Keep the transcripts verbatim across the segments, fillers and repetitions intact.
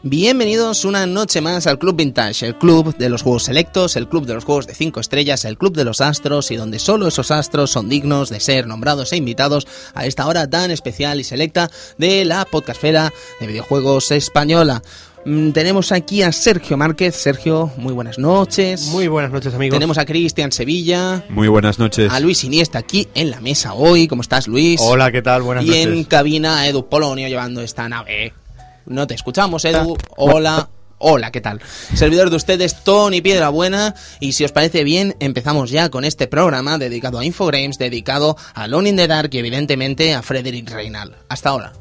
Bienvenidos una noche más al Club Vintage, el club de los juegos selectos, el club de los juegos de cinco estrellas, el club de los astros y donde solo esos astros son dignos de ser nombrados e invitados a esta hora tan especial y selecta de la podcastfera de videojuegos española. Mm, tenemos aquí a Sergio Márquez. Sergio, muy buenas noches. Muy buenas noches, amigos. Tenemos a Cristian Sevilla. Muy buenas noches. A Luis Iniesta aquí en la mesa hoy. ¿Cómo estás, Luis? Hola, ¿qué tal? Buenas y noches. Y en cabina Edu Polonio llevando esta nave. No te escuchamos, Edu. Hola. Hola, ¿qué tal? Servidor de ustedes, Tony Piedrabuena, y si os parece bien, empezamos ya con este programa dedicado a Infogrames, dedicado a Alone in the Dark y evidentemente a Frederick Reynal. Hasta ahora.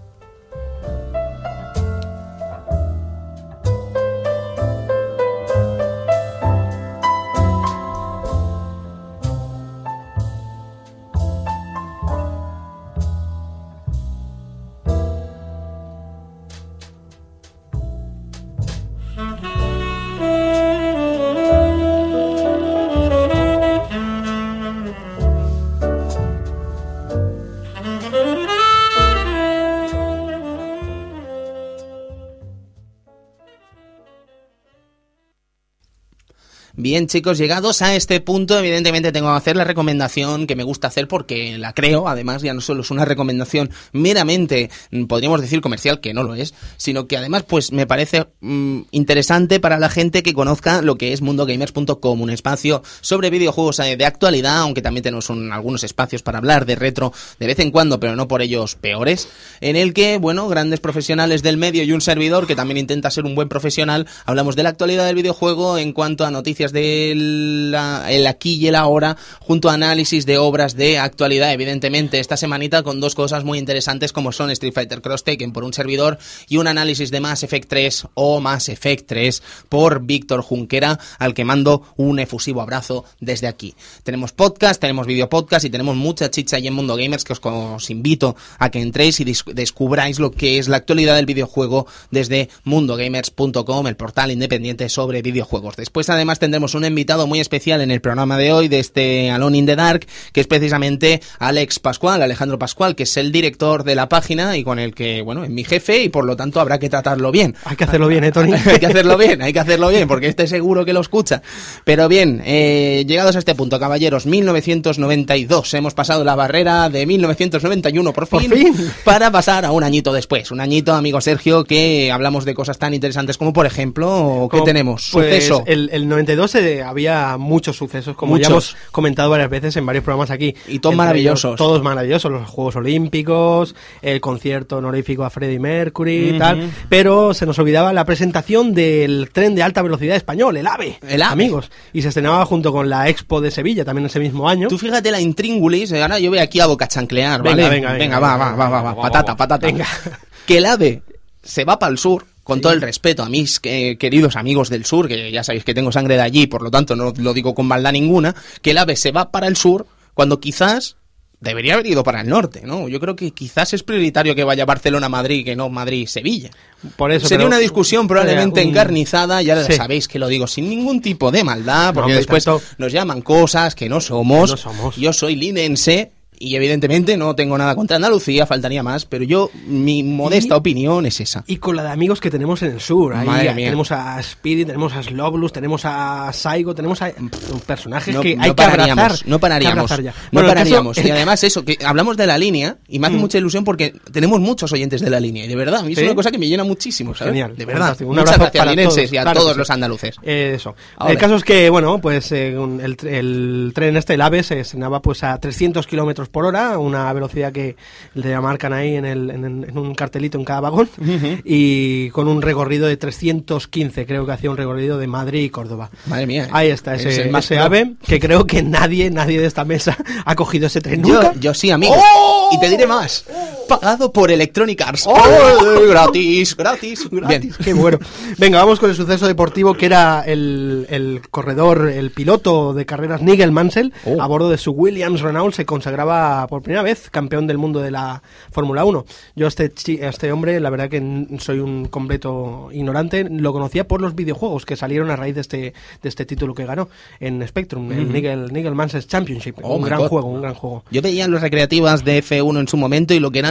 Bien, chicos, llegados a este punto, evidentemente tengo que hacer la recomendación que me gusta hacer porque la creo. Además, ya no solo es una recomendación meramente, podríamos decir comercial, que no lo es, sino que además pues me parece mmm, interesante para la gente que conozca lo que es mundo gamers punto com, un espacio sobre videojuegos de actualidad, aunque también tenemos un, algunos espacios para hablar de retro de vez en cuando, pero no por ellos peores, en el que, bueno, grandes profesionales del medio y un servidor que también intenta ser un buen profesional, hablamos de la actualidad del videojuego en cuanto a noticias de la, el aquí y el ahora, junto a análisis de obras de actualidad, evidentemente esta semanita con dos cosas muy interesantes como son Street Fighter Cross Tekken por un servidor y un análisis de Mass Effect tres o Mass Effect tres por Víctor Junquera, al que mando un efusivo abrazo desde aquí. Tenemos podcast, tenemos video podcast y tenemos mucha chicha ahí en Mundo Gamers que os, os invito a que entréis y dis- descubráis lo que es la actualidad del videojuego desde mundo gamers punto com, el portal independiente sobre videojuegos. Después además tendremos un invitado muy especial en el programa de hoy de este Alone in the Dark, que es precisamente Alex Pascual, Alejandro Pascual, que es el director de la página y con el que, bueno, es mi jefe y por lo tanto habrá que tratarlo bien. Hay que hacerlo bien, ¿eh, Tony? Hay que hacerlo bien, hay que hacerlo bien, porque este seguro que lo escucha. Pero bien, eh, llegados a este punto, caballeros, mil novecientos noventa y dos, hemos pasado la barrera de mil novecientos noventa y uno por fin, por fin, para pasar a un añito después. Un añito, amigo Sergio, que hablamos de cosas tan interesantes como, por ejemplo, ¿qué como, tenemos? Pues Suceso. El, el noventa y dos eh, había muchos sucesos, como muchos. Ya hemos comentado varias veces en varios programas aquí. Y todos maravillosos. Ellos, todos maravillosos, los Juegos Olímpicos, el concierto honorífico a Freddie Mercury y uh-huh. tal, pero se nos olvidaba la presentación del tren de alta velocidad español, el AVE, el AVE. Amigos, y se estrenaba junto con la Expo de Sevilla, también ese mismo año. Tú fíjate la intríngulis, ahora yo voy aquí a boca chanclear, ¿vale? Venga, venga, venga, venga, va, va, va, va, va, patata, patata. Venga. Que el AVE se va para el sur, con sí. todo el respeto a mis eh, queridos amigos del sur, que ya sabéis que tengo sangre de allí, por lo tanto no lo digo con maldad ninguna, que el AVE se va para el sur cuando quizás debería haber ido para el norte, ¿no? Yo creo que quizás es prioritario que vaya Barcelona-Madrid que no Madrid-Sevilla. Por eso, sería pero, una discusión probablemente un... encarnizada, ya sí. sabéis que lo digo sin ningún tipo de maldad, porque no, después tanto... nos llaman cosas que no somos. Que no somos. Yo soy linense. Y evidentemente no tengo nada contra Andalucía, faltaría más, pero yo, mi modesta y, opinión es esa. Y con la de amigos que tenemos en el sur, ahí Madre mía. Tenemos a Speedy, tenemos a Slowblus, tenemos a Saigo, tenemos a personajes no, que no hay que abrazar. No pararíamos, ya. no bueno, pararíamos. Caso, y además eso, que hablamos de la línea, y me hace mm. mucha ilusión porque tenemos muchos oyentes de la línea, y de verdad, a mí ¿sí? es una cosa que me llena muchísimo, ¿sabes? Genial. De verdad. Un Muchas abrazo gracias, para linenses, todos, y a claro todos sí. los andaluces. Eh, eso. Ahora. El caso es que, bueno, pues eh, el, el tren este, el AVE, se estrenaba pues a trescientos kilómetros por hora, una velocidad que le marcan ahí en, el, en, en un cartelito en cada vagón uh-huh. y con un recorrido de trescientos quince, creo que hacía un recorrido de Madrid y Córdoba. Madre mía. ¿eh? Ahí está, ese, ese ese AVE, que creo que nadie, nadie de esta mesa ha cogido ese tren nunca. Yo, yo sí, amigo. ¡Oh! Y te diré más. Pagado por Electronic Arts. ¡Oh! Gratis, gratis, gratis. Bien. Qué bueno. Venga, vamos con el suceso deportivo que era el, el corredor, el piloto de carreras Nigel Mansell, oh. a bordo de su Williams Renault, se consagraba por primera vez campeón del mundo de la Fórmula uno. Yo a este, este hombre, la verdad que soy un completo ignorante, lo conocía por los videojuegos que salieron a raíz de este, de este título que ganó en Spectrum, uh-huh. el Nigel, Nigel Mansell Championship. Oh un gran God. juego, un gran juego. Yo veía en las recreativas de F uno en su momento y lo que eran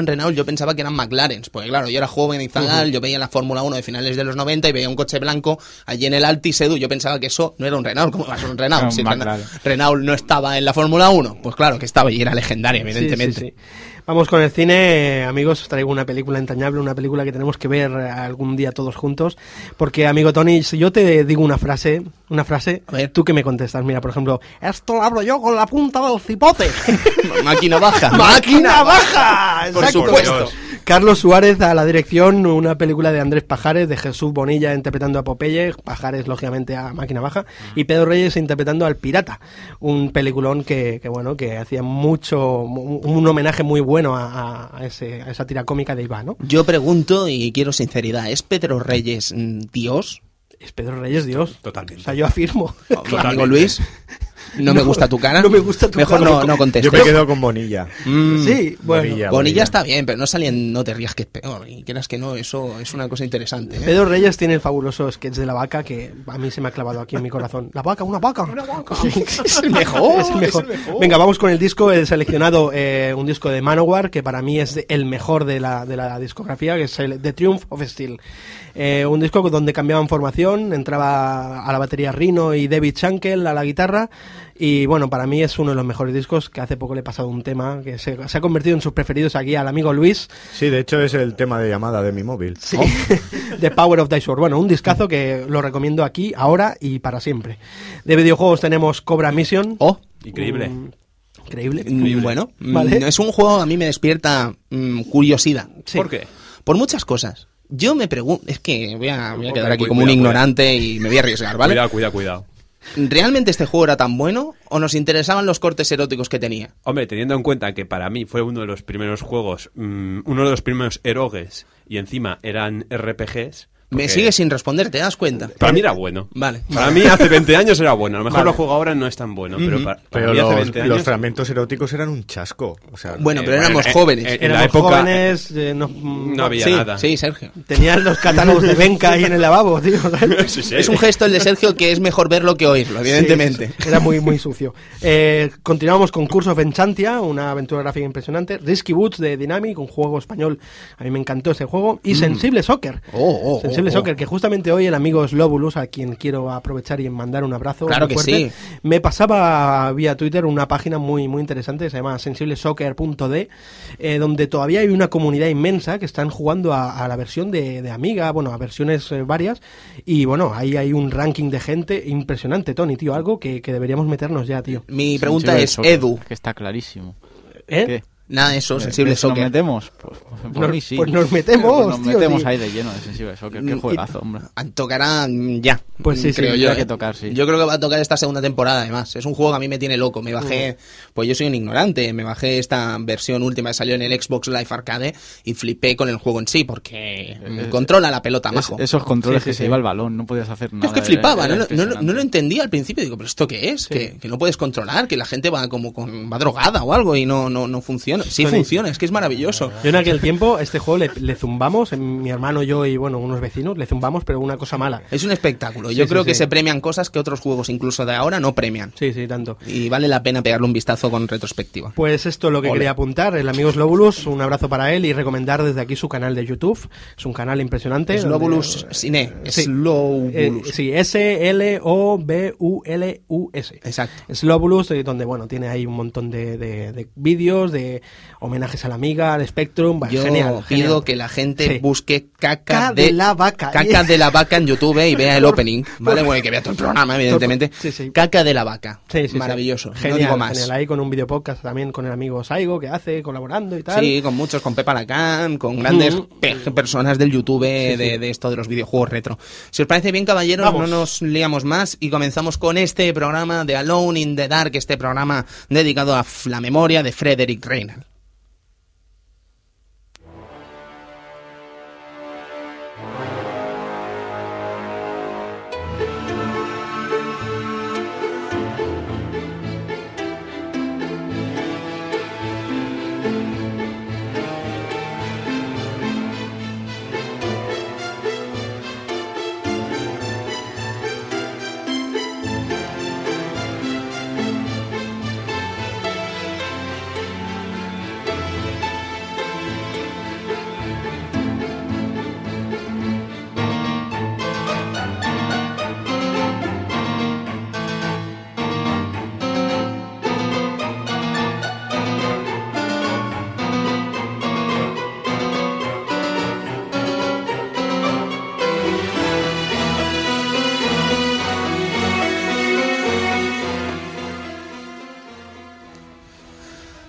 Renault yo pensaba que eran McLarens, porque claro, yo era joven y zagal, uh-huh. yo veía la Fórmula uno de finales de los noventa y veía un coche blanco allí en el Altis Edu, yo pensaba que eso no era un Renault, ¿cómo va a ser un Renault? Si Renault, Renault no estaba en la Fórmula uno, pues claro que estaba y era legendaria, evidentemente. Sí, sí, sí. Vamos con el cine, amigos, os traigo una película entrañable, una película que tenemos que ver algún día todos juntos, porque, amigo Tony, si yo te digo una frase, una frase, ¿tú qué me contestas? Mira, por ejemplo, esto lo hablo yo con la punta del cipote. Máquina baja. ¡Máquina baja! Por supuesto. Carlos Suárez a la dirección, una película de Andrés Pajares, de Jesús Bonilla interpretando a Popeye, Pajares lógicamente a Máquina Baja, y Pedro Reyes interpretando al Pirata, un peliculón que, que bueno, que hacía mucho, un homenaje muy bueno a, a, ese, a esa tira cómica de Iván, ¿no? Yo pregunto y quiero sinceridad, ¿es Pedro Reyes Dios? Es Pedro Reyes Dios. Totalmente. O sea, yo afirmo. Claro. Amigo Luis, ¿no, no me gusta tu cara? No me gusta tu Mejor cara. no, no contestes. Yo me quedo con Bonilla. Mm, sí, bueno. Bonilla, Bonilla está bien, pero no salían, no te rías que es peor. Y quieras que no, eso es una cosa interesante. ¿eh? Pedro Reyes tiene el fabuloso sketch de la vaca que a mí se me ha clavado aquí en mi corazón. La vaca, una vaca. Una vaca. Es el mejor. Es el mejor. Es el mejor. Venga, vamos con el disco. He seleccionado eh, un disco de Manowar que para mí es el mejor de la, de la discografía, que es el The Triumph of Steel. Eh, un disco donde cambiaban formación, entraba a la batería Rino y David Shankel a la guitarra, y bueno, para mí es uno de los mejores discos, que hace poco le he pasado un tema que se, se ha convertido en sus preferidos aquí al amigo Luis. Sí, de hecho es el tema de llamada de mi móvil. Sí, oh. The Power of Dice World. Bueno, un discazo que lo recomiendo aquí, ahora y para siempre. De videojuegos tenemos Cobra Mission. Oh, increíble. Um, Increíble. Increíble. Bueno, ¿vale? Es un juego, a mí me despierta mmm, curiosidad. Sí. ¿Por qué? Por muchas cosas. Yo me pregunto, es que voy a, voy a quedar aquí cuida, como cuida, un cuida. ignorante y me voy a arriesgar, ¿vale? Cuidado, cuidado, cuidado. ¿Realmente este juego era tan bueno o nos interesaban los cortes eróticos que tenía? Hombre, teniendo en cuenta que para mí fue uno de los primeros juegos, mmm, uno de los primeros erogues y encima eran R P Gs... Me porque... sigue sin responder, ¿te das cuenta? Para mí era bueno. Vale. Para mí hace veinte años era bueno. A lo mejor Vale. lo juego ahora no es tan bueno, pero Uh-huh. para, para Pero mí hace los, veinte años... los fragmentos eróticos eran un chasco. O sea, Bueno, eh, pero éramos bueno, jóvenes. eh, eh, en Éramos la época jóvenes, eh, no, no había sí, nada. sí, Sergio. Tenían los catálogos de Benca ahí en el lavabo, tío. Sí, sí. Es un gesto el de Sergio que es mejor verlo que oírlo, evidentemente. Sí, sí, era muy, muy sucio. Eh, continuamos con Curse of Enchantia, una aventura gráfica impresionante. Risky Boots de Dynamic, un juego español. A mí me encantó ese juego. Y Mm. Sensible Soccer. Oh, oh, Sensible oh, Soccer, oh. que justamente hoy el amigo Slobulus, a quien quiero aprovechar y mandar un abrazo Claro muy que fuerte, sí. me pasaba vía Twitter una página muy, muy interesante que se llama sensible soccer punto d, eh, donde todavía hay una comunidad inmensa que están jugando a, a la versión de, de Amiga, bueno, a versiones eh, varias, y bueno, ahí hay un ranking de gente impresionante, Tony, tío, algo que, que deberíamos meternos ya, tío. Mi pregunta Sensible es, Soccer, Edu, que está clarísimo. ¿Eh? ¿Qué? nada de eso, Sensible ¿Que Soccer. ¿Nos metemos? Pues, pues por Nos- mí sí. pues nos metemos, Pues nos tío, metemos tío. ahí de lleno de Sensible Soccer. Qué Mm, juegazo, hombre. Tocará mm, ya. Pues sí, sí, creo yo. tendrá que ¿eh? tocar, sí. Yo creo que va a tocar esta segunda temporada, además. Es un juego que a mí me tiene loco. Me bajé, pues yo soy un ignorante, me bajé esta versión última que salió en el Xbox Live Arcade y flipé con el juego en sí, porque mm, Eh, controla la pelota, Es- majo. esos controles Sí, sí, que sí. se lleva el balón, no podías hacer nada. Es que era- flipaba, era no, lo- no, lo- no lo impresionante. entendía al principio. Digo, ¿pero esto qué es? Que, que no puedes controlar, que la gente va como con va drogada o algo y no, no, no funciona. Sí Tony. funciona, es que es maravilloso. Yo en aquel tiempo, este juego le, le zumbamos, mi hermano, yo y bueno, unos vecinos, le zumbamos, pero una cosa mala. Es un espectáculo. Sí, Yo sí, creo que sí. se premian cosas que otros juegos, incluso de ahora, no premian. Sí, sí, tanto. Y vale la pena pegarle un vistazo con retrospectiva. Pues esto es lo que Ole. quería apuntar, el amigo Slobulus, un abrazo para él y recomendar desde aquí su canal de YouTube, es un canal impresionante. Slobulus donde- Cine. Sí. Slowbulus. Eh, sí, S L O B U L U S. Exacto. Slobulus, eh, donde bueno, tiene ahí un montón de, de- de vídeos, de homenajes a la Amiga, al Spectrum, bah, Yo genial. pido genial. que la gente Sí. busque caca Caca de, de la vaca. caca de la vaca en YouTube y vea el opening, ¿vale? Bueno, y que vea todo el programa, evidentemente. Sí, sí. Caca de la vaca. Sí, sí, sí. Maravilloso. Genial, no digo más. genial. Ahí con un video podcast también con el amigo Saigo que hace, colaborando y tal. Sí, con muchos, con Pepa Lacan, con grandes Mm. pe- personas del YouTube Sí, sí. De, de esto de los videojuegos retro. Si os parece bien, caballeros, Vamos. no nos liamos más y comenzamos con este programa de Alone in the Dark, este programa dedicado a la memoria de Frederick Reynal.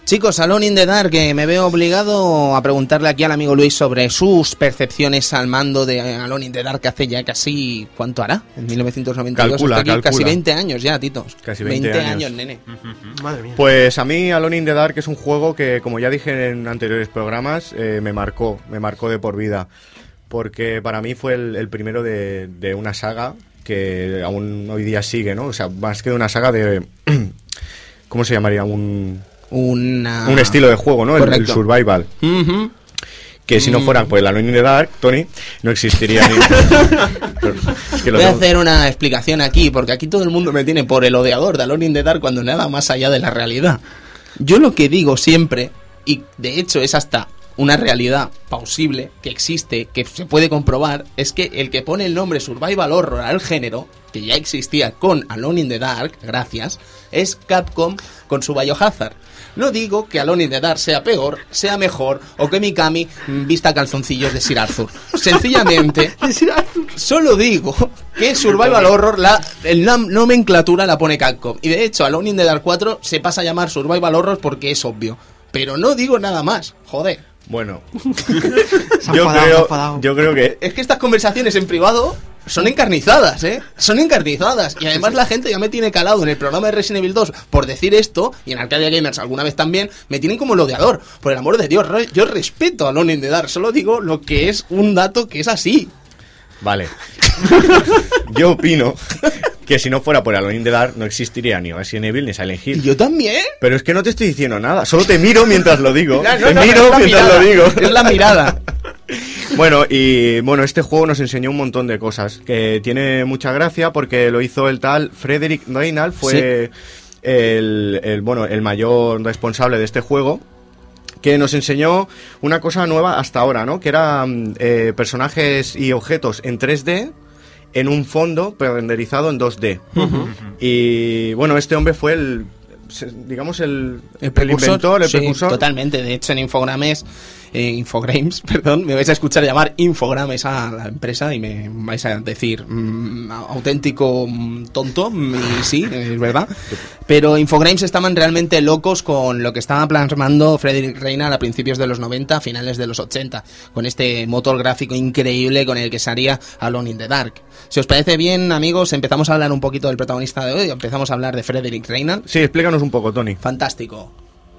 Chicos, Alone in the Dark, que me veo obligado a preguntarle aquí al amigo Luis sobre sus percepciones al mando de Alone in the Dark hace ya casi... ¿Cuánto hará? En mil novecientos noventa y dos. Calcula, Hasta aquí, calcula. Casi veinte años ya, Titos. Casi veinte años, años, nene. Madre mía. Pues a mí Alone in the Dark es un juego que, como ya dije en anteriores programas, eh, me marcó, me marcó de por vida. Porque para mí fue el, el primero de, de una saga que aún hoy día sigue, ¿no? O sea, más que de una saga de... ¿Cómo se llamaría? Un... Una... Un estilo de juego, ¿no? El, el Correcto. survival. Ujú. Que si no Mm. fueran por el Alone in the Dark, Tony, no existiría ni... Pero es que lo Voy a tengo- hacer una explicación aquí, porque aquí todo el mundo me tiene por el odiador de Alone in the Dark cuando nada más allá de la realidad. Yo lo que digo siempre, y de hecho es hasta una realidad plausible, que existe, que se puede comprobar, es que el que pone el nombre Survival Horror al género, que ya existía con Alone in the Dark, gracias, es Capcom con su Biohazard. No digo que Alone in the Dark sea peor, sea mejor, o que Mikami mm, vista calzoncillos de Sir Arthur. Sencillamente, solo digo que Survival Horror, la, la nomenclatura la pone Capcom. Y de hecho, Alone in the Dark cuatro se pasa a llamar Survival Horror porque es obvio. Pero no digo nada más, joder. Bueno, Se ha yo enfadado, se ha creo, enfadado. yo creo que... Es que estas conversaciones en privado son encarnizadas, ¿eh? Son encarnizadas. Y además la gente ya me tiene calado en el programa de Resident Evil dos por decir esto, y en Arcadia Gamers alguna vez también, me tienen como el odiador. Por el amor de Dios, re- yo respeto a Alone in the Dark, solo digo lo que es un dato que es así. Vale. Yo opino que si no fuera por Alone in the Dark no existiría ni Resident Evil ni Silent Y Hill. yo también. Pero es que no te estoy diciendo nada, solo te miro mientras lo digo. Ya, no, te no, miro es la mientras mirada, lo digo. Es la mirada. Bueno, y bueno, este juego nos enseñó un montón de cosas, que tiene mucha gracia porque lo hizo el tal Frederick Reynal, fue el, el, bueno, el mayor responsable de este juego, que nos enseñó una cosa nueva hasta ahora, ¿no? Que eran eh, personajes y objetos en tres D en un fondo pre-renderizado en dos D. Y bueno, este hombre fue el, se- digamos, el, El precursor, inventor, el sí, precursor. totalmente. De hecho, en Infogrames, eh, Infogrames, perdón, me vais a escuchar llamar Infogrames a la empresa y me vais a decir mm, auténtico mm, tonto, mm, y sí, es verdad. Pero Infogrames estaban realmente locos con lo que estaba plasmando Frederick Reynal a principios de los noventa, a finales de los ochenta, con este motor gráfico increíble con el que se haría Alone in the Dark. Si os parece bien, amigos, empezamos a hablar un poquito del protagonista de hoy, empezamos a hablar de Frederick Reynal. Sí, explícanos un poco, Tony. Fantástico.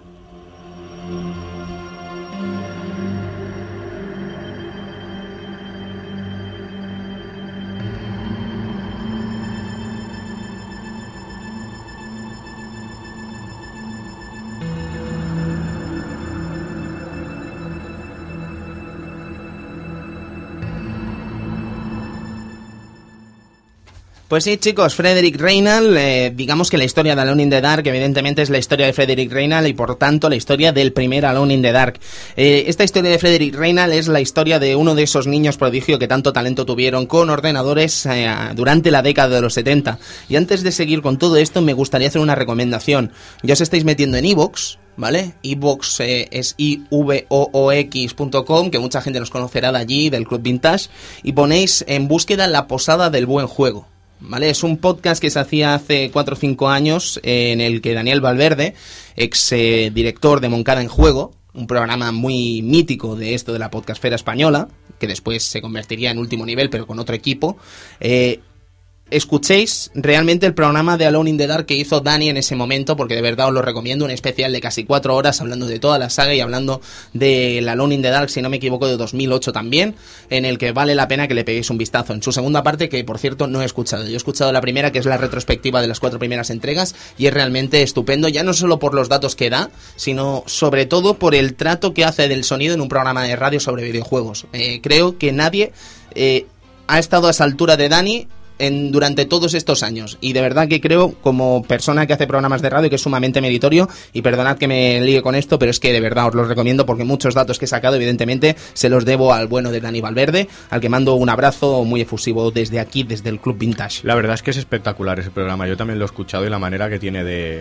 Pues sí, chicos, Frederick Reynal, eh, digamos que la historia de Alone in the Dark evidentemente es la historia de Frederick Reynal y por tanto la historia del primer Alone in the Dark. Eh, esta historia de Frederick Reynal es la historia de uno de esos niños prodigio que tanto talento tuvieron con ordenadores eh, durante la década de los setenta. Y antes de seguir con todo esto me gustaría hacer una recomendación. Ya os estáis metiendo en iVoox, ¿vale? iVoox eh, es i v o o x punto com, que mucha gente nos conocerá de allí, del Club Vintage, y ponéis en búsqueda La Posada del Buen Juego. ¿Vale? Es un podcast que se hacía hace cuatro o cinco años eh, en el que Daniel Valverde, ex eh, director de Moncada en Juego, un programa muy mítico de esto de la podcastfera española, que después se convertiría en Último Nivel pero con otro equipo, eh, escuchéis realmente el programa de Alone in the Dark que hizo Dani en ese momento, porque de verdad os lo recomiendo, un especial de casi cuatro horas hablando de toda la saga y hablando del Alone in the Dark, si no me equivoco, de dos mil ocho también, en el que vale la pena que le peguéis un vistazo. En su segunda parte, que por cierto no he escuchado, yo he escuchado la primera, que es la retrospectiva de las cuatro primeras entregas, y es realmente estupendo, ya no solo por los datos que da, sino sobre todo por el trato que hace del sonido en un programa de radio sobre videojuegos. Eh, creo que nadie eh, ha estado a esa altura de Dani En, durante todos estos años, y de verdad que creo, como persona que hace programas de radio, que es sumamente meritorio, y perdonad que me líe con esto, pero es que de verdad os los recomiendo porque muchos datos que he sacado evidentemente se los debo al bueno de Dani Valverde, al que mando un abrazo muy efusivo desde aquí, desde el Club Vintage. La verdad es que es espectacular ese programa, yo también lo he escuchado y la manera que tiene de,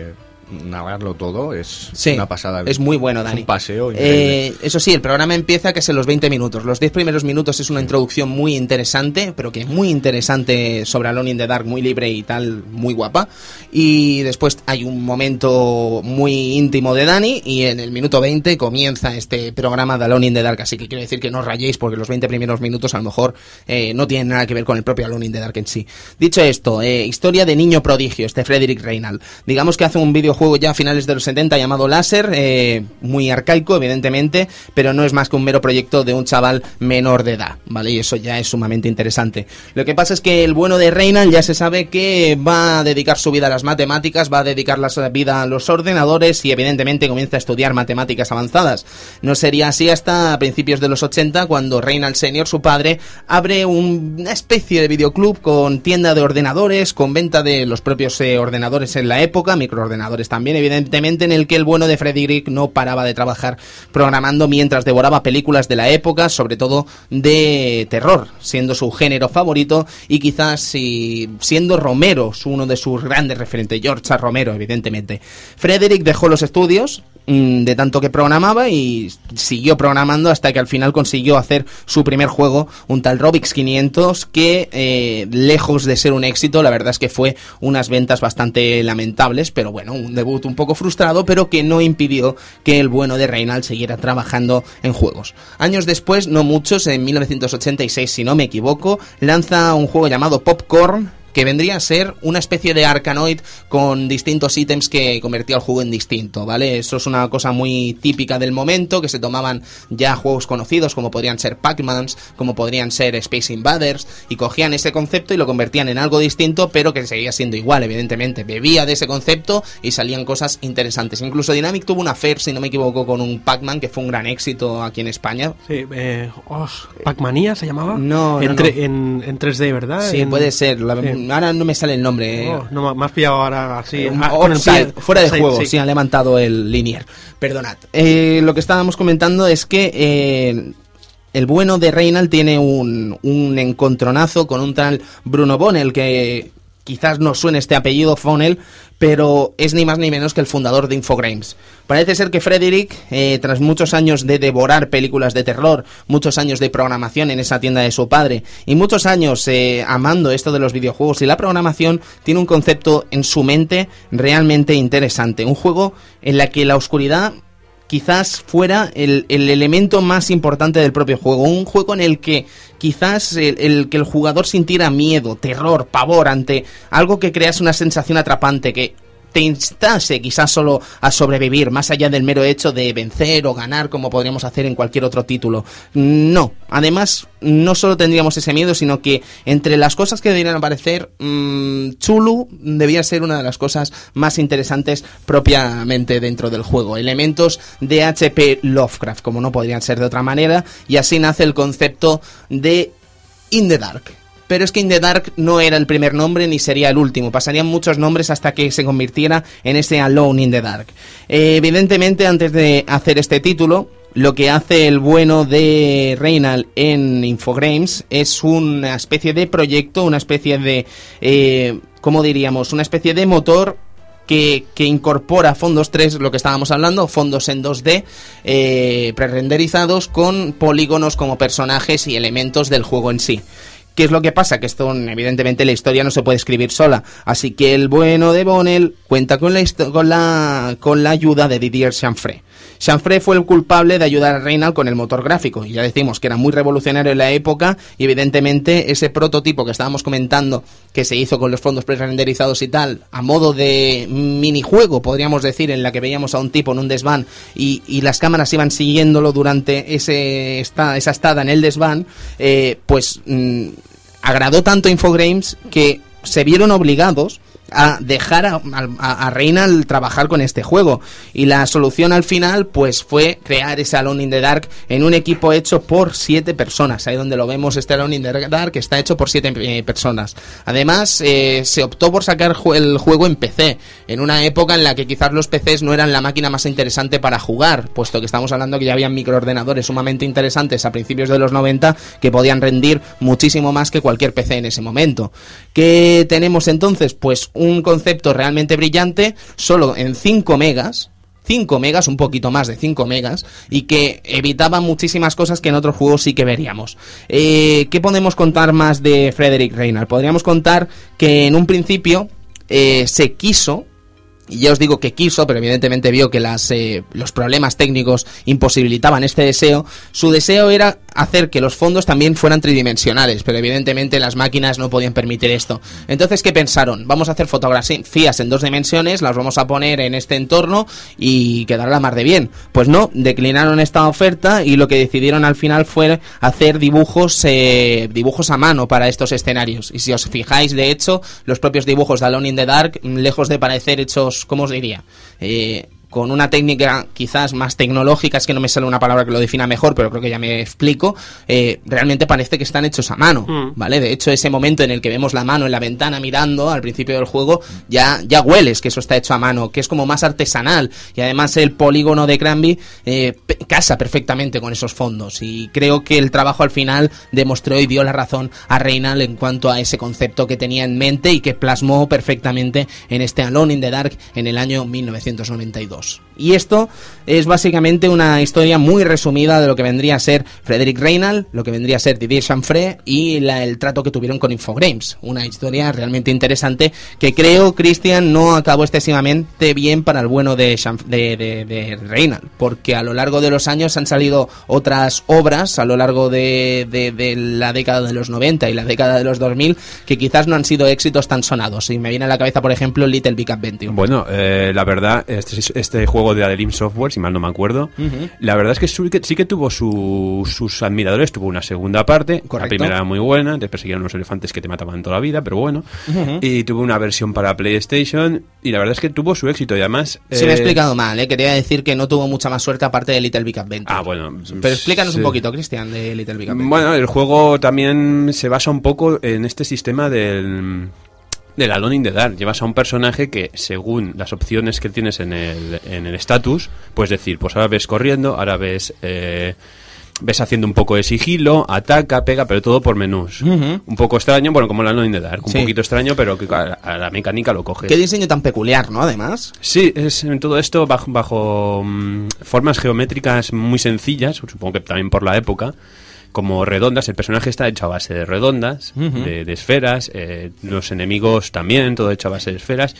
narrarlo todo es Sí, una pasada. es muy bueno, Dani. Es un paseo increíble. Eh, eso sí, el programa empieza que es en los veinte minutos. Los diez primeros minutos es una introducción muy interesante, pero que muy interesante sobre Alone in the Dark, muy libre y tal, muy guapa. Y después hay un momento muy íntimo de Dani y en el minuto veinte comienza este programa de Alone in the Dark. Así que quiero decir que no os rayéis porque los veinte primeros minutos a lo mejor eh, no tienen nada que ver con el propio Alone in the Dark en sí. Dicho esto, eh, historia de niño prodigio, este Frederick Reynal. Digamos que hace un videojuego ya a finales de los setenta llamado Láser, eh, muy arcaico evidentemente, pero no es más que un mero proyecto de un chaval menor de edad, ¿vale? Y eso ya es sumamente interesante. Lo que pasa es que el bueno de Reynal ya se sabe que va a dedicar su vida a las matemáticas, va a dedicar la vida a los ordenadores y evidentemente comienza a estudiar matemáticas avanzadas. No sería así hasta principios de los ochenta cuando Reynal Senior, su padre, abre un, una especie de videoclub con tienda de ordenadores, con venta de los propios eh, ordenadores en la época, microordenadores también, evidentemente, en el que el bueno de Frederick no paraba de trabajar programando mientras devoraba películas de la época, sobre todo de terror, siendo su género favorito y quizás si, siendo Romero uno de sus grandes referentes, George A. Romero, evidentemente. Frederick dejó los estudios mmm, de tanto que programaba y siguió programando hasta que al final consiguió hacer su primer juego, un tal Robix quinientos, que eh, lejos de ser un éxito, la verdad es que fue unas ventas bastante lamentables, pero bueno, un debut un poco frustrado, pero que no impidió que el bueno de Reynal siguiera trabajando en juegos. Años después, no muchos, en mil novecientos ochenta y seis, si no me equivoco, lanza un juego llamado Popcorn, que vendría a ser una especie de Arkanoid con distintos ítems que convertía el juego en distinto, ¿vale? Eso es una cosa muy típica del momento, que se tomaban ya juegos conocidos como podrían ser Pac-Mans, como podrían ser Space Invaders, y cogían ese concepto y lo convertían en algo distinto, pero que seguía siendo igual, evidentemente. Bebía de ese concepto y salían cosas interesantes. Incluso Dynamic tuvo una affair, si no me equivoco, con un Pac-Man, que fue un gran éxito aquí en España. Sí, eh, oh, ¿Pac-Manía se llamaba? No, no, en, no. En, en tres D, ¿verdad? Sí, en... puede ser. La... Sí. Ahora no me sale el nombre. Oh, no, me has pillado ahora así. Eh, ah, con el pie, fuera de sí, juego, sí. sí, ha levantado el Linier. Perdonad. Eh, lo que estábamos comentando es que eh, el bueno de Reynal tiene un, un encontronazo con un tal Bruno Bonnell, que quizás no suene este apellido, Bonnell, pero es ni más ni menos que el fundador de Infogrames. Parece ser que Frederick, eh, tras muchos años de devorar películas de terror, muchos años de programación en esa tienda de su padre, y muchos años eh, amando esto de los videojuegos y la programación, tiene un concepto en su mente realmente interesante. Un juego en la que la oscuridad quizás fuera el, el elemento más importante del propio juego. Un juego en el que quizás el, el que el jugador sintiera miedo, terror, pavor ante algo que crease una sensación atrapante, que te instase quizás solo a sobrevivir, más allá del mero hecho de vencer o ganar como podríamos hacer en cualquier otro título. No, además no solo tendríamos ese miedo, sino que entre las cosas que deberían aparecer, mmm, Chulu debía ser una de las cosas más interesantes propiamente dentro del juego. Elementos de H P Lovecraft, como no podrían ser de otra manera, y así nace el concepto de In the Dark. Pero es que In the Dark no era el primer nombre ni sería el último. Pasarían muchos nombres hasta que se convirtiera en ese Alone in the Dark. Eh, evidentemente, antes de hacer este título, lo que hace el bueno de Reynal en Infogrames es una especie de proyecto, una especie de, eh, ¿cómo diríamos? Una especie de motor Que, que incorpora fondos tres, lo que estábamos hablando, fondos en dos D, eh, prerenderizados con polígonos como personajes y elementos del juego en sí. ¿Qué es lo que pasa? Que esto, evidentemente, la historia no se puede escribir sola. Así que el bueno de Bonnell cuenta con la, con la, con la ayuda de Didier Chanfray. Chanfray fue el culpable de ayudar a Reynal con el motor gráfico. Y ya decimos que era muy revolucionario en la época. Y evidentemente ese prototipo que estábamos comentando, que se hizo con los fondos pre-renderizados y tal, a modo de minijuego, podríamos decir, en la que veíamos a un tipo en un desván y, y las cámaras iban siguiéndolo durante ese esta, esa estada en el desván, eh, pues mmm, agradó tanto a Infogrames que se vieron obligados a dejar a, a, a Reynal trabajar con este juego, y la solución al final pues fue crear ese Alone in the Dark en un equipo hecho por siete personas. Ahí donde lo vemos, este Alone in the Dark está hecho por siete eh, personas. Además eh, se optó por sacar ju- el juego en P C, en una época en la que quizás los P Cs no eran la máquina más interesante para jugar, puesto que estamos hablando que ya habían microordenadores sumamente interesantes a principios de los noventa que podían rendir muchísimo más que cualquier P C en ese momento. ¿Qué tenemos entonces? Pues un concepto realmente brillante, solo en cinco megas, cinco megas, un poquito más de cinco megas, y que evitaba muchísimas cosas que en otros juegos sí que veríamos. Eh, ¿Qué podemos contar más de Frederick Reynal? Podríamos contar que en un principio eh, se quiso, y ya os digo que quiso, pero evidentemente vio que las, eh, los problemas técnicos imposibilitaban este deseo. Su deseo era hacer que los fondos también fueran tridimensionales, pero evidentemente las máquinas no podían permitir esto. Entonces, ¿qué pensaron? Vamos a hacer fotografías en dos dimensiones, las vamos a poner en este entorno y quedará la mar de bien. Pues no, declinaron esta oferta y lo que decidieron al final fue hacer dibujos eh, dibujos a mano para estos escenarios. Y si os fijáis, de hecho, los propios dibujos de Alone in the Dark, lejos de parecer hechos, ¿cómo os diría? Eh... con una técnica quizás más tecnológica, es que no me sale una palabra que lo defina mejor, pero creo que ya me explico, eh, realmente parece que están hechos a mano, mm. ¿vale? De hecho, ese momento en el que vemos la mano en la ventana mirando al principio del juego, ya, ya hueles que eso está hecho a mano, que es como más artesanal, y además el polígono de Cranby eh, casa perfectamente con esos fondos, y creo que el trabajo al final demostró y dio la razón a Reynal en cuanto a ese concepto que tenía en mente y que plasmó perfectamente en este Alone in the Dark en el año mil novecientos noventa y dos. Y esto es básicamente una historia muy resumida de lo que vendría a ser Frederick Reynal, lo que vendría a ser Didier Chanfray y la, el trato que tuvieron con Infogrames. Una historia realmente interesante que creo, Cristian, no acabó excesivamente bien para el bueno de, Chanf- de, de, de Reynal, porque a lo largo de los años han salido otras obras a lo largo de, de, de la década de los noventa y la década de los dos mil que quizás no han sido éxitos tan sonados. Y me viene a la cabeza, por ejemplo, Little Big Adventure. Bueno, eh, la verdad, este, este juego de Adelim Software, si mal no me acuerdo, uh-huh. la verdad es que sí, que sí que tuvo su, sus admiradores, tuvo una segunda parte. Correcto. La primera era muy buena, te perseguían unos elefantes que te mataban toda la vida, pero bueno, uh-huh. y tuvo una versión para PlayStation y la verdad es que tuvo su éxito y además... Sí, eh... me he explicado mal, ¿eh? Quería decir que no tuvo mucha más suerte aparte de Little Big Adventure. Ah, bueno. Pero explícanos sí. un poquito, Cristian, de Little Big Adventure. Bueno, el juego también se basa un poco en este sistema del... del Alone in the Dark. Llevas a un personaje que, según las opciones que tienes en el en el status, puedes decir, pues ahora ves corriendo, ahora ves eh, ves haciendo un poco de sigilo, ataca, pega, pero todo por menús. Uh-huh. Un poco extraño, bueno, como el Alone in the Dark, un sí. poquito extraño, pero que a, a la mecánica lo coge. Qué diseño tan peculiar, ¿no? Además. Sí, es en todo esto bajo, bajo um, formas geométricas muy sencillas, supongo que también por la época, como redondas. El personaje está hecho a base de redondas, uh-huh. de, de esferas, eh, los enemigos también, todo hecho a base de esferas.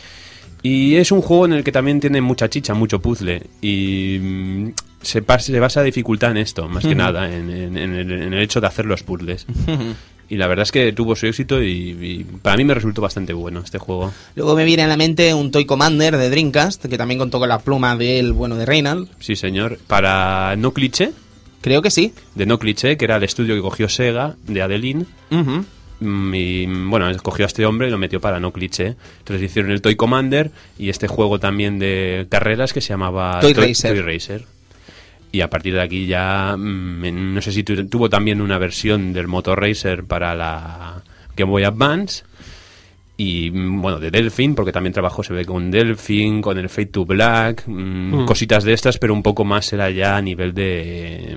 Y es un juego en el que también tiene mucha chicha, mucho puzzle. Y mm, se, pas- se basa dificultad en esto, más uh-huh. que nada, en, en, en, el, en el hecho de hacer los puzzles. Uh-huh. Y la verdad es que tuvo su éxito y, y para mí me resultó bastante bueno este juego. Luego me viene a la mente un Toy Commander de Dreamcast, que también contó con la pluma del bueno de Reynal. Sí, señor. Para No Cliché. Creo que sí. De No Cliché, que era el estudio que cogió Sega, de Adeline. Uh-huh. Y bueno, cogió a este hombre y lo metió para No Cliché. Entonces hicieron el Toy Commander y este juego también de carreras que se llamaba Toy, Toy Racer. Toy Racer. Y a partir de aquí ya, mmm, no sé si tu, tuvo también una versión del Motor Racer para la Game Boy Advance. Y bueno, de Delfin, porque también trabajó, se ve con Delfin, con el Fade to Black, mmm, mm. cositas de estas, pero un poco más era ya a nivel de...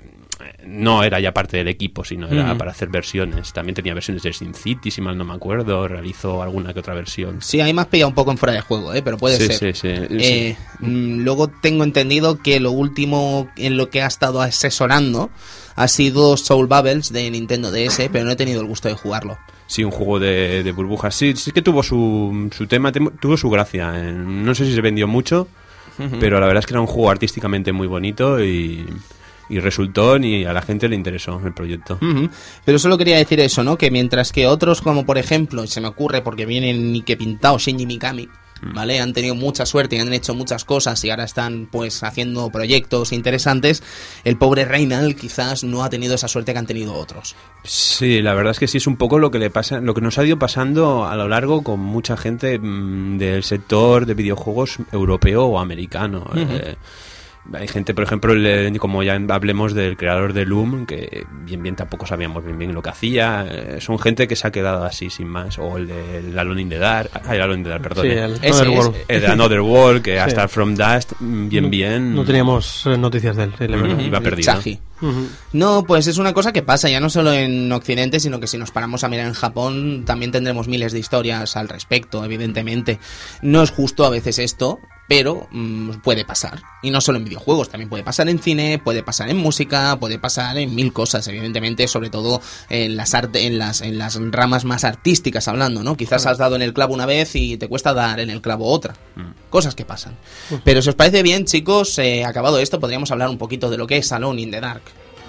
No era ya parte del equipo, sino era mm. para hacer versiones. También tenía versiones de Sin City, si mal no me acuerdo. Realizó alguna que otra versión. Sí, ahí me has pillado un poco en fuera de juego, ¿eh? Pero puede sí, ser. Sí, sí, eh, sí. Luego tengo entendido que lo último en lo que ha estado asesorando ha sido Soul Bubbles de Nintendo D S, pero no he tenido el gusto de jugarlo. Sí, un juego de, de burbujas. Sí, sí que tuvo su, su tema, tuvo su gracia. No sé si se vendió mucho, uh-huh. pero la verdad es que era un juego artísticamente muy bonito y... Y resultó, y a la gente le interesó el proyecto. Uh-huh. Pero solo quería decir eso, ¿no? Que mientras que otros, como por ejemplo, se me ocurre porque vienen ni que pintado Shinji Mikami, ¿vale? Han tenido mucha suerte y han hecho muchas cosas y ahora están pues haciendo proyectos interesantes. El pobre Reynal quizás no ha tenido esa suerte que han tenido otros. Sí, la verdad es que sí es un poco lo que le pasa, lo que nos ha ido pasando a lo largo con mucha gente mmm, del sector de videojuegos europeo o americano. Uh-huh. Eh, Hay gente, por ejemplo, el- como ya hablemos del creador de Loom, que bien bien tampoco sabíamos bien bien lo que hacía. Eh, son gente que se ha quedado así sin más. O el de el Alone in the Dark, ah, el Alone in the Dark, perdón. Sí, eh. el Ese Another es- World. El de Another World, que Sí. hasta From Dust, mm, bien bien. No teníamos eh, noticias de él. sí, la Ujú. verdad. Iba El perdido. Chaji. Ujú. No, pues es una cosa que pasa ya no solo en Occidente, sino que si nos paramos a mirar en Japón, también tendremos miles de historias al respecto, evidentemente. No es justo a veces esto, pero mm, puede pasar. Y no solo en videojuegos, también puede pasar en cine, puede pasar en música, puede pasar en mil cosas, evidentemente, sobre todo en las arte, en las, en las ramas más artísticas hablando, ¿no? Quizás has dado en el clavo una vez y te cuesta dar en el clavo otra. Cosas que pasan. Pero si os parece bien, chicos, eh, acabado esto, podríamos hablar un poquito de lo que es Alone in the Dark.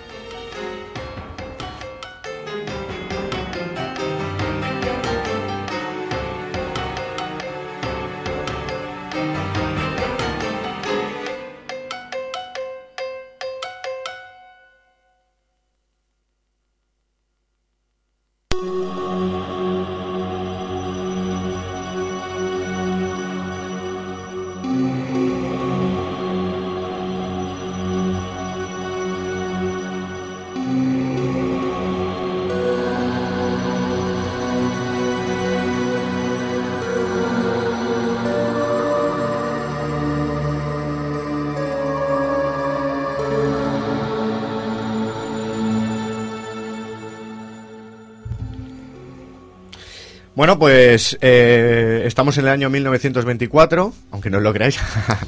Bueno, pues eh, estamos en el año mil novecientos veinticuatro, aunque no lo creáis,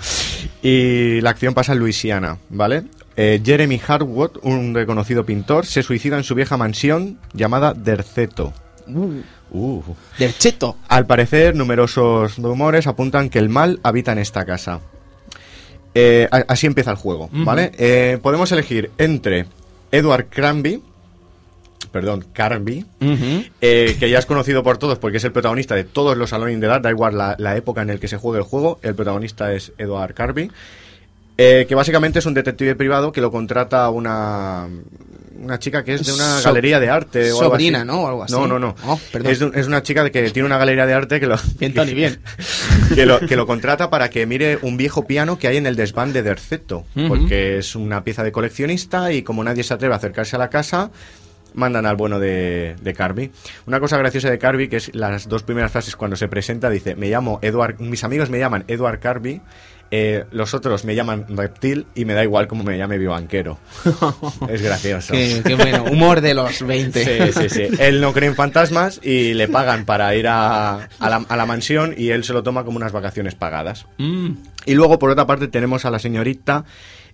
y la acción pasa en Luisiana, ¿vale? Eh, Jeremy Harwood, un reconocido pintor, se suicida en su vieja mansión llamada Derceto. Uh. Del cheto. Al parecer, numerosos rumores apuntan que el mal habita en esta casa. Eh, a- así empieza el juego, ¿vale? Eh, podemos elegir entre Edward Carnby, perdón, Carnby, eh, que ya es conocido por todos porque es el protagonista de todos los Alone in the Dark, da igual la, la época en el que se juegue el juego, el protagonista es Edward Carnby, eh, que básicamente es un detective privado que lo contrata una una chica que es de una So- galería de arte o algo sobrina, así. ¿no? O algo así. No, no, no. Oh, perdón. es, de un- es una chica de que tiene una galería de arte que lo Bien, Tony, bien. que lo, que lo contrata para que mire un viejo piano que hay en el desván de Derceto, Ujú. porque es una pieza de coleccionista y como nadie se atreve a acercarse a la casa, mandan al bueno de, de Carby. Una cosa graciosa de Carby, que es las dos primeras frases cuando se presenta, dice, me llamo Edward, mis amigos me llaman Edward Carby, eh, los otros me llaman Reptil y me da igual como me llame Biobanquero. Es gracioso. Qué, qué bueno. Humor de los veinte. Sí, sí, sí. Él no cree en fantasmas y le pagan para ir a, a, la, a la mansión y él se lo toma como unas vacaciones pagadas. Mm. Y luego, por otra parte, tenemos a la señorita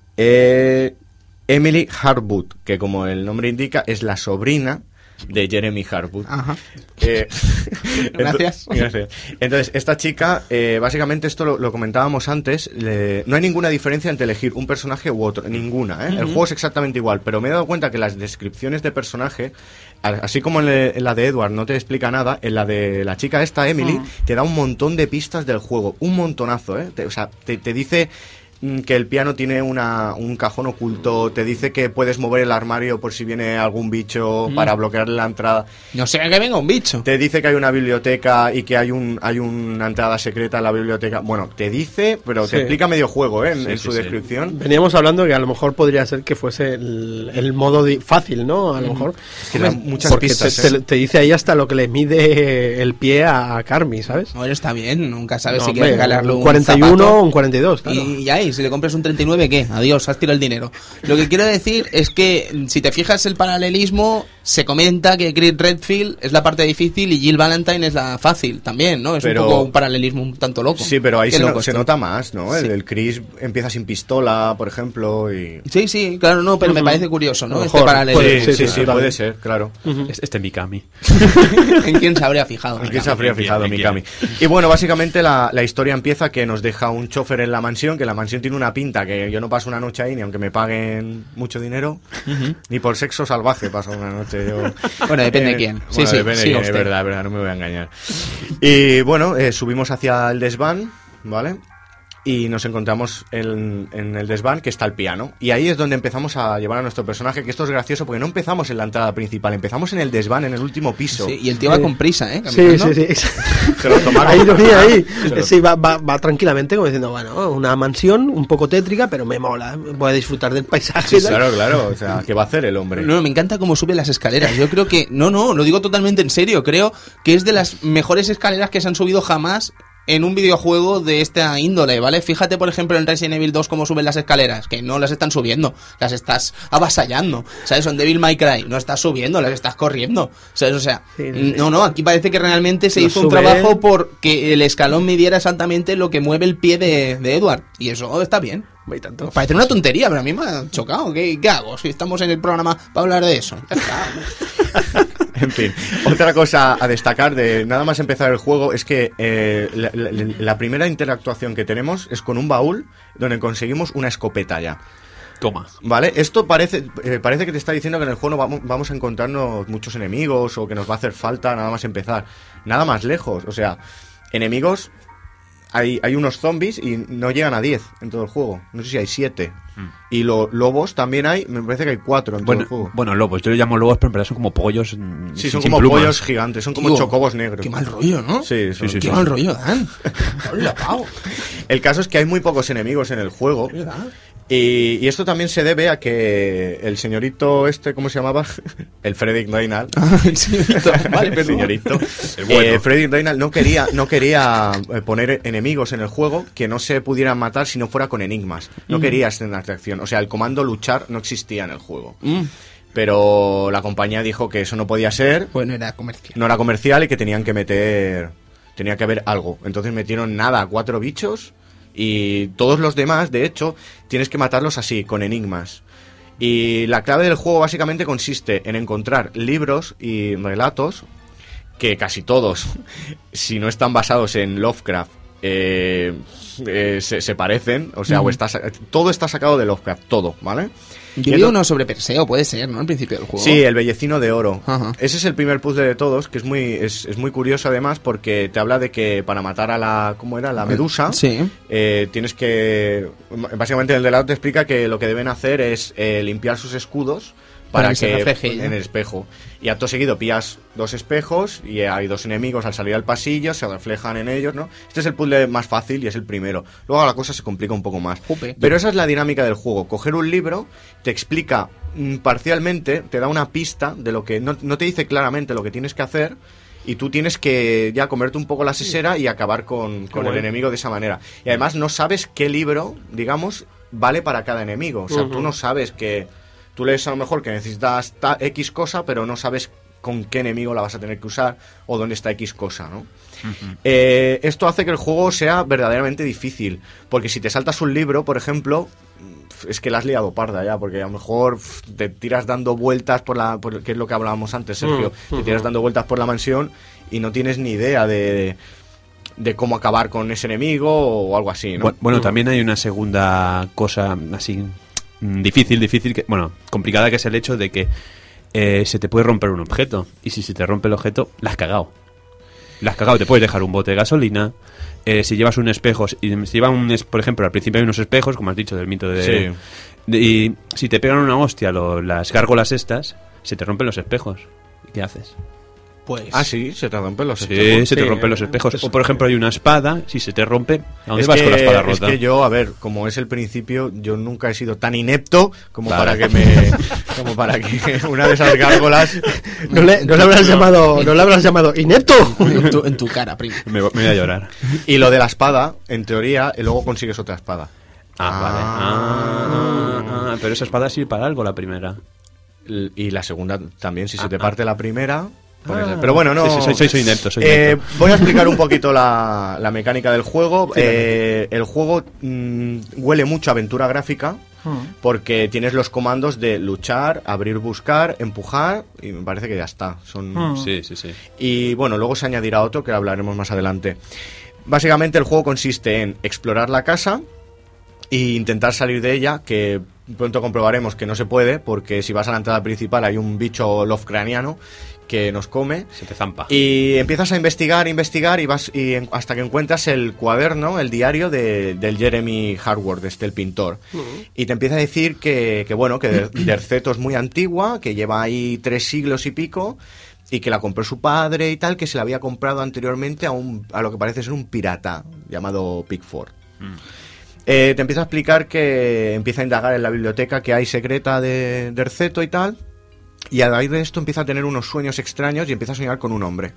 eh, Emily Harwood, que como el nombre indica, es la sobrina de Jeremy Harwood. Ajá. Eh, Gracias. ento- gracias. Entonces, esta chica, eh, básicamente esto lo, lo comentábamos antes, le- no hay ninguna diferencia entre elegir un personaje u otro, ninguna, ¿eh? El juego es exactamente igual, pero me he dado cuenta que las descripciones de personaje, a- así como en, le- en la de Edward no te explica nada, en la de la chica esta, Emily, te da un montón de pistas del juego, un montonazo, ¿eh? Te- o sea, te, te dice mm, que el piano tiene una, un cajón oculto, te dice que puedes mover el armario por si viene algún bicho para bloquearle la entrada. No sea que venga un bicho. Te dice que hay una biblioteca y que hay un hay una entrada secreta en la biblioteca. Bueno, te dice, pero Sí. te explica medio juego, ¿eh? En, Sí, en sí, su sí. descripción. Veníamos hablando que a lo mejor podría ser que fuese el, el modo di- fácil, ¿no? A lo mejor. Es que da muchas Porque pistas, te, ¿eh? te- te dice ahí hasta lo que le mide el pie a, a Carmi, ¿sabes? Bueno, está bien. Nunca sabes No, si hombre, quieres regalarle un un cuarenta y uno zapato. o un cuarenta y dos, claro. Y ya, y si le compras un treinta y nueve, ¿qué? Adiós, has tirado el dinero. Lo que quiero decir es que, mm, si te fijas el paralelismo, se comenta que Chris Redfield es la parte difícil y Jill Valentine es la fácil también, ¿no? Es Pero- un poco un paralelismo un tanto loco. Sí, pero ahí Qué se, loco no- se esto. nota más, ¿no? El, Sí. el Chris empieza sin pistola, por ejemplo, y... Sí, sí, claro, no, pero me parece curioso, A ¿no? lo Este mejor, paralelismo. puede- Sí, sí, sí, sí, sí, total. puede ser, claro. Es- Este Mikami. ¿En quién se habría fijado? ¿En quién se habría bien, fijado, bien, Mikami? bien. Y bueno, básicamente la, la historia empieza que nos deja un chofer en la mansión, que la mansión tiene una pinta, que yo no paso una noche ahí ni aunque me paguen mucho dinero, ni por sexo salvaje paso una noche. Yo, Bueno, depende de quién. Sí, bueno, sí, depende de siga quién, es usted. verdad, es verdad, no me voy a engañar. Y bueno, eh, subimos hacia el desván, ¿vale? y nos encontramos en, en el desván que está el piano. Y ahí es donde empezamos a llevar a nuestro personaje, que esto es gracioso porque no empezamos en la entrada principal, empezamos en el desván, en el último piso. Sí, y el tío va con prisa, ¿eh? Sí, sí, sí. Se lo tomaron. Ahí lo vi, ahí. Sí, va, va, va tranquilamente como diciendo, bueno, una mansión un poco tétrica, pero me mola, voy a disfrutar del paisaje. Sí, claro, claro, o sea, ¿qué va a hacer el hombre? No, me encanta cómo sube las escaleras. Yo creo que, no, no, lo digo totalmente en serio, creo que es de las mejores escaleras que se han subido jamás en un videojuego de esta índole, ¿vale? Fíjate, por ejemplo, en Resident Evil dos cómo suben las escaleras, que no las están subiendo, las estás avasallando, ¿sabes? En Devil May Cry no estás subiendo, las estás corriendo, ¿sabes? O sea, sí, sí. no, no, aquí parece que realmente se Lo hizo un sube. trabajo por que el escalón midiera exactamente lo que mueve el pie de, de Edward, y eso está bien. Y tanto. Parece una tontería, pero a mí me ha chocado. ¿Qué, qué hago? Si estamos en el programa para hablar de eso. Ya está. En fin, otra cosa a destacar de nada más empezar el juego es que eh, la, la, la primera interactuación que tenemos es con un baúl donde conseguimos una escopeta ya. Toma. Vale, esto parece eh, parece que te está diciendo que en el juego no vamos, vamos a encontrarnos muchos enemigos o que nos va a hacer falta nada más empezar. Nada más lejos, o sea, enemigos... Hay, hay unos zombies y no llegan a diez en todo el juego. No sé si hay siete. Mm. Y los lobos también hay, me parece que hay cuatro en bueno, todo el juego. Bueno, lobos, yo los llamo lobos, pero en verdad son como pollos. Sí, son sin como plumas. pollos gigantes, son como Tío, chocobos negros. Qué mal rollo, ¿no? Sí, sí, sí, Qué sí. mal rollo, Dan. Hola, pavo. El caso es que hay muy pocos enemigos en el juego. ¿Verdad? Y, y esto también se debe a que el señorito este, ¿cómo se llamaba? El Frederick Doynal. Ah, el señorito. Vale, El perdón. señorito. El bueno. Eh, Frederick Doynal no quería, no quería eh, poner enemigos en el juego que no se pudieran matar si no fuera con enigmas. No Mm. quería escenas de acción. O sea, el comando luchar no existía en el juego. Mm. Pero la compañía dijo que eso no podía ser, Bueno, era comercial. no era comercial y que tenían que meter... Tenía que haber algo. Entonces metieron nada, cuatro bichos... Y todos los demás, de hecho, tienes que matarlos así, con enigmas. Y la clave del juego básicamente consiste en encontrar libros y relatos que casi todos, si no están basados en Lovecraft, eh, eh, se, se parecen. O sea, Mm. o está, todo está sacado de Lovecraft, todo, ¿vale? Yo vi uno sobre Perseo, puede ser, ¿no? Al principio del juego. Sí, el bellecino de oro. Ajá. Ese es el primer puzzle de todos, que es muy es, es muy curioso además porque te habla de que para matar a la... ¿Cómo era? La medusa. Sí. Eh, tienes que... Básicamente el relato te explica que lo que deben hacer es eh, limpiar sus escudos para, Para que se que refleje, ¿no? en el espejo. Y acto seguido pillas dos espejos y hay dos enemigos al salir al pasillo, se reflejan en ellos, ¿no? Este es el puzzle más fácil y es el primero. Luego la cosa se complica un poco más. Jope. Pero esa es la dinámica del juego. Coger un libro, te explica mm, parcialmente, te da una pista de lo que... No, no te dice claramente lo que tienes que hacer y tú tienes que ya comerte un poco la sesera y acabar con, con el bueno. enemigo de esa manera. Y además no sabes qué libro, digamos, vale para cada enemigo. O sea, Ujú. tú no sabes que... Tú lees a lo mejor que necesitas ta- X cosa, pero no sabes con qué enemigo la vas a tener que usar o dónde está X cosa, ¿no? Uh-huh. Eh, esto hace que el juego sea verdaderamente difícil, porque si te saltas un libro, por ejemplo, es que la has liado parda ya, porque a lo mejor pf, te tiras dando vueltas por la... Por, que es lo que hablábamos antes, Sergio. Uh-huh. Te tiras dando vueltas por la mansión y no tienes ni idea de... de de cómo acabar con ese enemigo o algo así, ¿no? Bueno, bueno, también hay una segunda cosa así difícil, difícil, que, bueno, complicada, que es el hecho de que eh, se te puede romper un objeto. Y si se te rompe el objeto, la has cagado. La has cagado, te puedes dejar un bote de gasolina. Eh, si llevas un espejo, si lleva un, por ejemplo, al principio hay unos espejos, como has dicho, del mito de... Sí. de y si te pegan una hostia lo, las gárgolas estas, se te rompen los espejos. ¿Qué haces? Pues... Ah, sí, se te rompen los Sí, espejos. se te Sí. rompen los espejos. Es- O, por ejemplo, hay una espada, si se te rompe, ¿a dónde Es vas que, con la espada es rota? que yo, a ver, como es el principio, yo nunca he sido tan inepto como Vale. para que me... como para que una de esas gárgolas... No le, no le habrás llamado, no le habrás llamado inepto. en, tu, en tu cara, primo. Me, me voy a llorar. Y lo de la espada, en teoría, y luego consigues otra espada. Ah, vale. Ah, ah, pero esa espada sirve para algo, la primera. L- Y la segunda también, si se Ah, te ah. parte la primera... pones el- Ah. Pero bueno, no... Sí, sí, soy, soy, soy inepto, soy Eh, inepto. voy a explicar un poquito la, la mecánica del juego. Eh, el juego mm, huele mucho a aventura gráfica porque tienes los comandos de luchar, abrir, buscar, empujar y me parece que ya está. Son... Sí, sí, sí. Y bueno, luego se añadirá otro que hablaremos más adelante. Básicamente el juego consiste en explorar la casa e intentar salir de ella, que pronto comprobaremos que no se puede, porque si vas a la entrada principal hay un bicho Lovecraftiano que nos come. Se te zampa. Y empiezas a investigar, investigar y vas y en, hasta que encuentras el cuaderno, el diario de, del Jeremy Hartward, este el pintor. Uh-huh. Y te empieza a decir que, que bueno, que Derceto es muy antigua, que lleva ahí tres siglos y pico, y que la compró su padre y tal, que se la había comprado anteriormente a, un, a lo que parece ser un pirata llamado Pickford. Mm. Eh, te empieza a explicar que empieza a indagar en la biblioteca que hay secreta de Derceto y tal, y a raíz de esto empieza a tener unos sueños extraños y empieza a soñar con un hombre.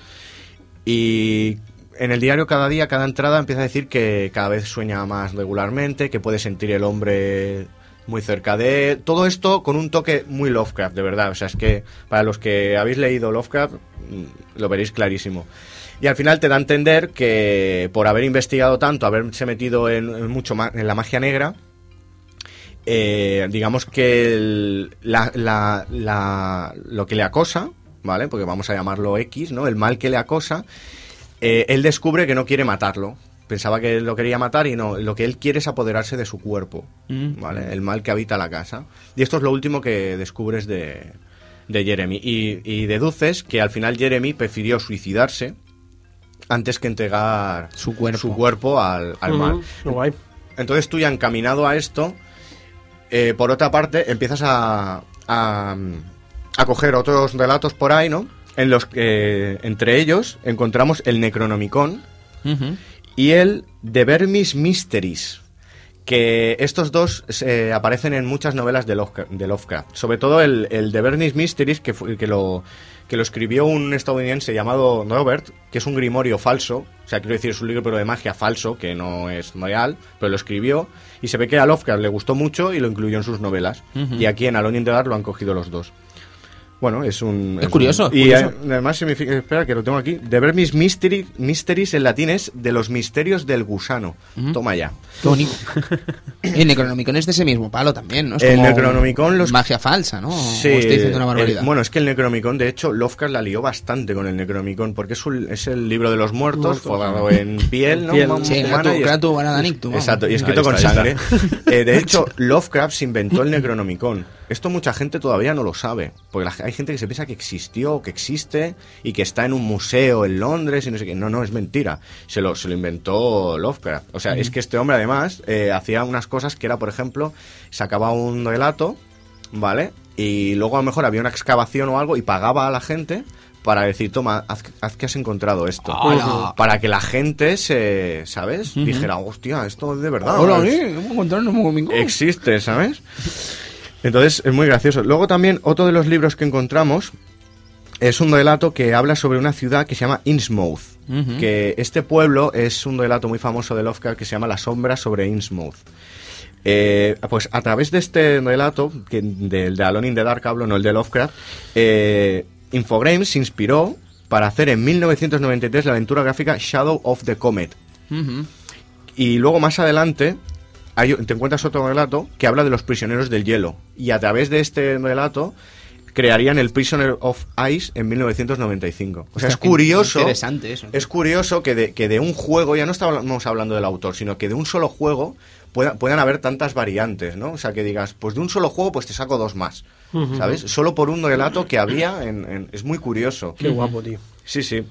Y en el diario cada día, cada entrada empieza a decir que cada vez sueña más regularmente, que puede sentir el hombre muy cerca de él. Todo esto con un toque muy Lovecraft, de verdad. O sea, es que para los que habéis leído Lovecraft lo veréis clarísimo. Y al final te da a entender que por haber investigado tanto, haberse metido en, en mucho ma- en la magia negra, eh, digamos que el, la, la, la, lo que le acosa, ¿vale? Porque vamos a llamarlo X, ¿no? El mal que le acosa, eh, él descubre que no quiere matarlo. Pensaba que lo quería matar y no, lo que él quiere es apoderarse de su cuerpo, mm. ¿vale? El mal que habita la casa. Y esto es lo último que descubres de, de Jeremy. Y, y deduces que al final Jeremy prefirió suicidarse antes que entregar su cuerpo, su cuerpo al, al uh-huh. mal. Guay. Entonces tú ya encaminado a esto, eh, por otra parte, empiezas a, a, a coger otros relatos por ahí, ¿no? En los que, entre ellos, encontramos el Necronomicon, uh-huh. y el The Vermis Mysteries, que estos dos eh, aparecen en muchas novelas de Lovecraft, de Lovecraft. Sobre todo el, el The Vermis Mysteries, que, fue, que, lo, que lo escribió un estadounidense llamado Robert, que es un grimorio falso, o sea, quiero decir, es un libro de magia falso, que no es real, pero lo escribió, y se ve que a Lovecraft le gustó mucho y lo incluyó en sus novelas. Uh-huh. Y aquí en Alone in the Dark lo han cogido los dos. Bueno, es un... Es, es curioso. Un, y curioso. además significa... Espera, que lo tengo aquí. The Vermis Mystery, Mysteries en latín es de los misterios del gusano. Uh-huh. Toma ya. Qué bonito. El Necronomicon es de ese mismo palo también, ¿no? Es el como Necronomicon... Los... magia falsa, ¿no? Sí. O estoy diciendo una barbaridad. El, bueno, es que el Necronomicon, de hecho, Lovecraft la lió bastante con el Necronomicon, porque es, un, es el libro de los muertos, forrado en piel, ¿no? Piel. Sí, Kratu, Banadanictu. Exacto, y escrito con está, sangre. Eh, de hecho, Lovecraft se inventó el Necronomicon. Esto mucha gente todavía no lo sabe, porque la, hay gente que se piensa que existió, que existe, y que está en un museo en Londres y no sé qué. No, no, es mentira. Se lo, se lo inventó Lovecraft. O sea, mm. es que este hombre además eh, hacía unas cosas que era, por ejemplo, sacaba un relato, ¿vale? Y luego a lo mejor había una excavación o algo y pagaba a la gente para decir, toma, haz, haz que has encontrado esto. ¡Hola! Para que la gente se, ¿sabes? Uh-huh. Dijera, hostia, esto es de verdad. Hola, sí, hemos encontrado un Necronomicon. Existe, ¿sabes? Entonces es muy gracioso. Luego también otro de los libros que encontramos es un relato que habla sobre una ciudad que se llama Innsmouth. Uh-huh. Que este pueblo es un relato muy famoso de Lovecraft que se llama La sombra sobre Innsmouth. Eh, pues a través de este relato, que del de Alone in the Dark hablo, no el de Lovecraft, eh, Infogrames se inspiró para hacer en mil novecientos noventa y tres la aventura gráfica Shadow of the Comet. Uh-huh. Y luego más adelante hay, te encuentras otro relato que habla de los prisioneros del hielo. Y a través de este relato crearían el Prisoner of Ice en mil novecientos noventa y cinco. O sea, es curioso. Interesante eso. Es curioso que de, que de un juego, ya no estamos hablando del autor, sino que de un solo juego pueda, puedan haber tantas variantes, ¿no? O sea, que digas, pues de un solo juego, pues te saco dos más. Uh-huh. ¿Sabes? Solo por un relato que había. En, en, es muy curioso. Qué guapo, tío. Sí, sí.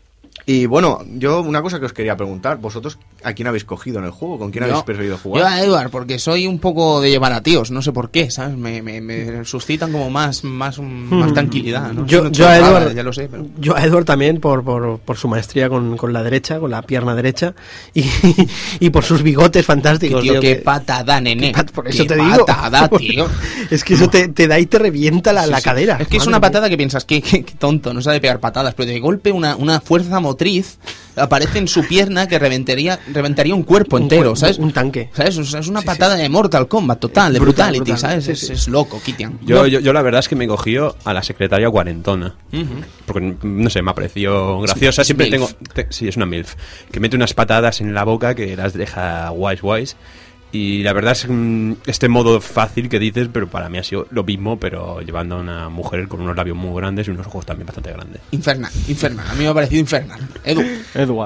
Y bueno, yo una cosa que os quería preguntar, vosotros, ¿a quién habéis cogido en el juego? ¿Con quién yo, habéis preferido jugar? Yo a Edward, porque soy un poco de llevar a tíos, no sé por qué, ¿sabes? Me, me, me suscitan como más más, más tranquilidad, ¿no? Yo, no yo a Edward, ya lo sé, pero... yo a Edward también por, por, por su maestría con, con la derecha, con la pierna derecha, y, y por sus bigotes fantásticos. Qué tío, tío, qué que, patada, nene. Pat, por eso qué te digo. patada, tío. Es que eso te, te da y te revienta la, sí, la sí. cadera. Es que es una patada que piensas, qué, qué, qué tonto, no sabe pegar patadas, pero de golpe una, una fuerza motriz aparece en su pierna que reventaría, reventaría un cuerpo entero, un, ¿sabes? Un tanque. ¿Sabes? O sea, es una sí, patada sí. de Mortal Kombat total, de brutal, Brutality, brutal. ¿sabes? Sí, es, sí. es loco, Kitian. Yo, yo, yo la verdad es que me cogió a la secretaria cuarentona. Uh-huh. Porque, no sé, me apreció graciosa. Es Siempre milf. tengo... Te, sí, es una MILF. Que mete unas patadas en la boca que las deja wise wise. Y la verdad es este modo fácil que dices, pero para mí ha sido lo mismo, pero llevando a una mujer con unos labios muy grandes y unos ojos también bastante grandes. Infernal, infernal. A mí me ha parecido infernal. Edu. Edward.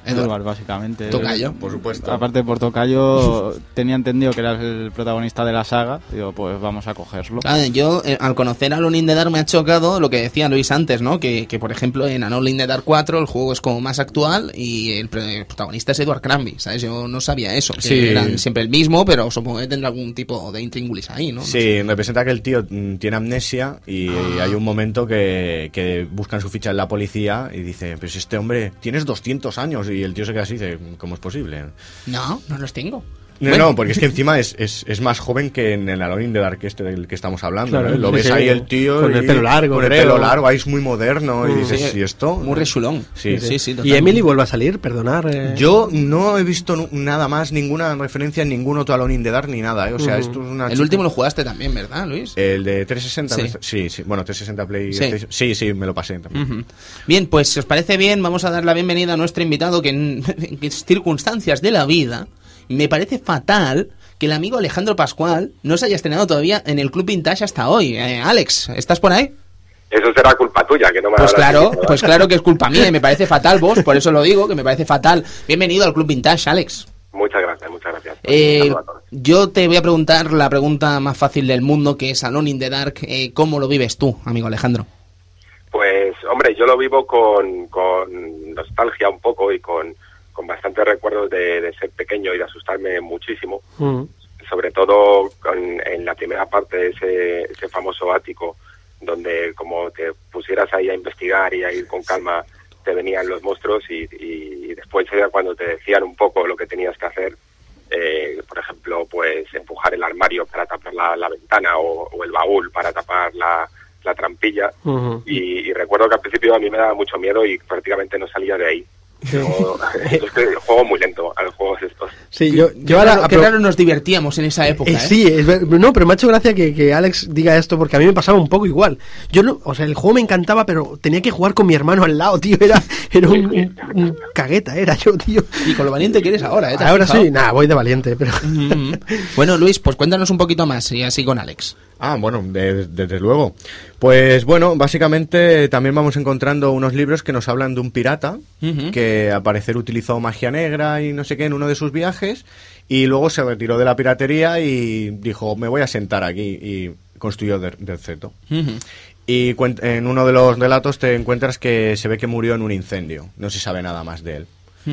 Edward, básicamente. Tocayo. Por supuesto. Aparte por Tocayo, tenía entendido que era el protagonista de la saga. Digo, pues vamos a cogerlo. Ah, yo, eh, al conocer a Alone in the Dark, me ha chocado lo que decía Luis antes, ¿no? Que, que por ejemplo, en Alone in the Dark cuatro el juego es como más actual y el, el protagonista es Edward Cranby, ¿sabes? Yo no sabía eso. Que Sí. eran siempre el mismo, pero supongo que tendrá algún tipo de intríngulis ahí, ¿no? No sé. Sí, representa que el tío mm, tiene amnesia y Ah. hay un momento que, que buscan su ficha en la policía y dice, pues este hombre, tienes doscientos años, y el tío se queda así y dice, ¿cómo es posible? No, no los tengo. No, Bueno. no, porque es que encima es, es, es más joven que en el Alone in the Dark este del que estamos hablando. Claro, ¿no? Lo sí, ves sí. ahí el tío Con el y- pelo largo, con el creo. pelo largo, ahí es muy moderno y dices, Sí, ¿y esto? Muy rechulón. Sí, sí, sí. ¿Y totalmente. Emily vuelve a salir? Perdonar. eh. Yo no he visto nu- nada más, ninguna referencia en ningún otro Alone in the Dark ni nada, ¿eh? O sea, Ujú. esto es una El chica- último lo jugaste también, ¿verdad, Luis? El de trescientos sesenta. Sí. Sí, sí, bueno, trescientos sesenta Play. Sí. Sí, sí, sí, me lo pasé también. Ujú. Bien, pues si os parece bien, vamos a dar la bienvenida a nuestro invitado que en, en circunstancias de la vida me parece fatal que el amigo Alejandro Pascual no se haya estrenado todavía en el Club Vintage hasta hoy. Eh, Alex, ¿estás por ahí? Eso será culpa tuya, que no me Pues habrás claro, dicho, pues claro que es culpa mía y me parece fatal, vos, por eso lo digo, que me parece fatal. Bienvenido al Club Vintage, Alex. Muchas gracias, muchas gracias. Eh, Un saludo a todos. yo te voy a preguntar la pregunta más fácil del mundo, que es Alone in the Dark. Eh, ¿Cómo lo vives tú, amigo Alejandro? Pues, hombre, yo lo vivo con, con nostalgia un poco y con, con bastantes recuerdos de, de ser pequeño y de asustarme muchísimo. Mm. Sobre todo con, en la primera parte de ese, ese famoso ático, donde como te pusieras ahí a investigar y a ir con calma, te venían los monstruos y, y, y después era cuando te decían un poco lo que tenías que hacer. Eh, por ejemplo, pues empujar el armario para tapar la, la ventana o, o el baúl para tapar la, la trampilla. Ujú. Y, y recuerdo que al principio a mí me daba mucho miedo y prácticamente no salía de ahí. Yo, es que juego muy lento a los juegos estos. Sí, yo, Qué yo ahora... raro, qué apro- raro nos divertíamos en esa época, Eh, ¿eh? sí, es ver- no, pero me ha hecho gracia que, que Alex diga esto porque a mí me pasaba un poco igual. Yo no, o sea, el juego me encantaba, pero tenía que jugar con mi hermano al lado, tío. Era, era un, un- un cagueta, era yo, tío. Y con lo valiente que eres ahora, ¿eh? ¿Te has Ahora fijado? sí, nada, voy de valiente, pero... Mm. Bueno, Luis, pues cuéntanos un poquito más y así con Alex. Ah, bueno, de- desde luego. Pues bueno, básicamente también vamos encontrando unos libros que nos hablan de un pirata Ujú. que al parecer utilizó magia negra y no sé qué en uno de sus viajes y luego se retiró de la piratería y dijo, me voy a sentar aquí, y construyó Der- Derceto. Ujú. Y cuen- en uno de los relatos te encuentras que se ve que murió en un incendio. No se sabe nada más de él.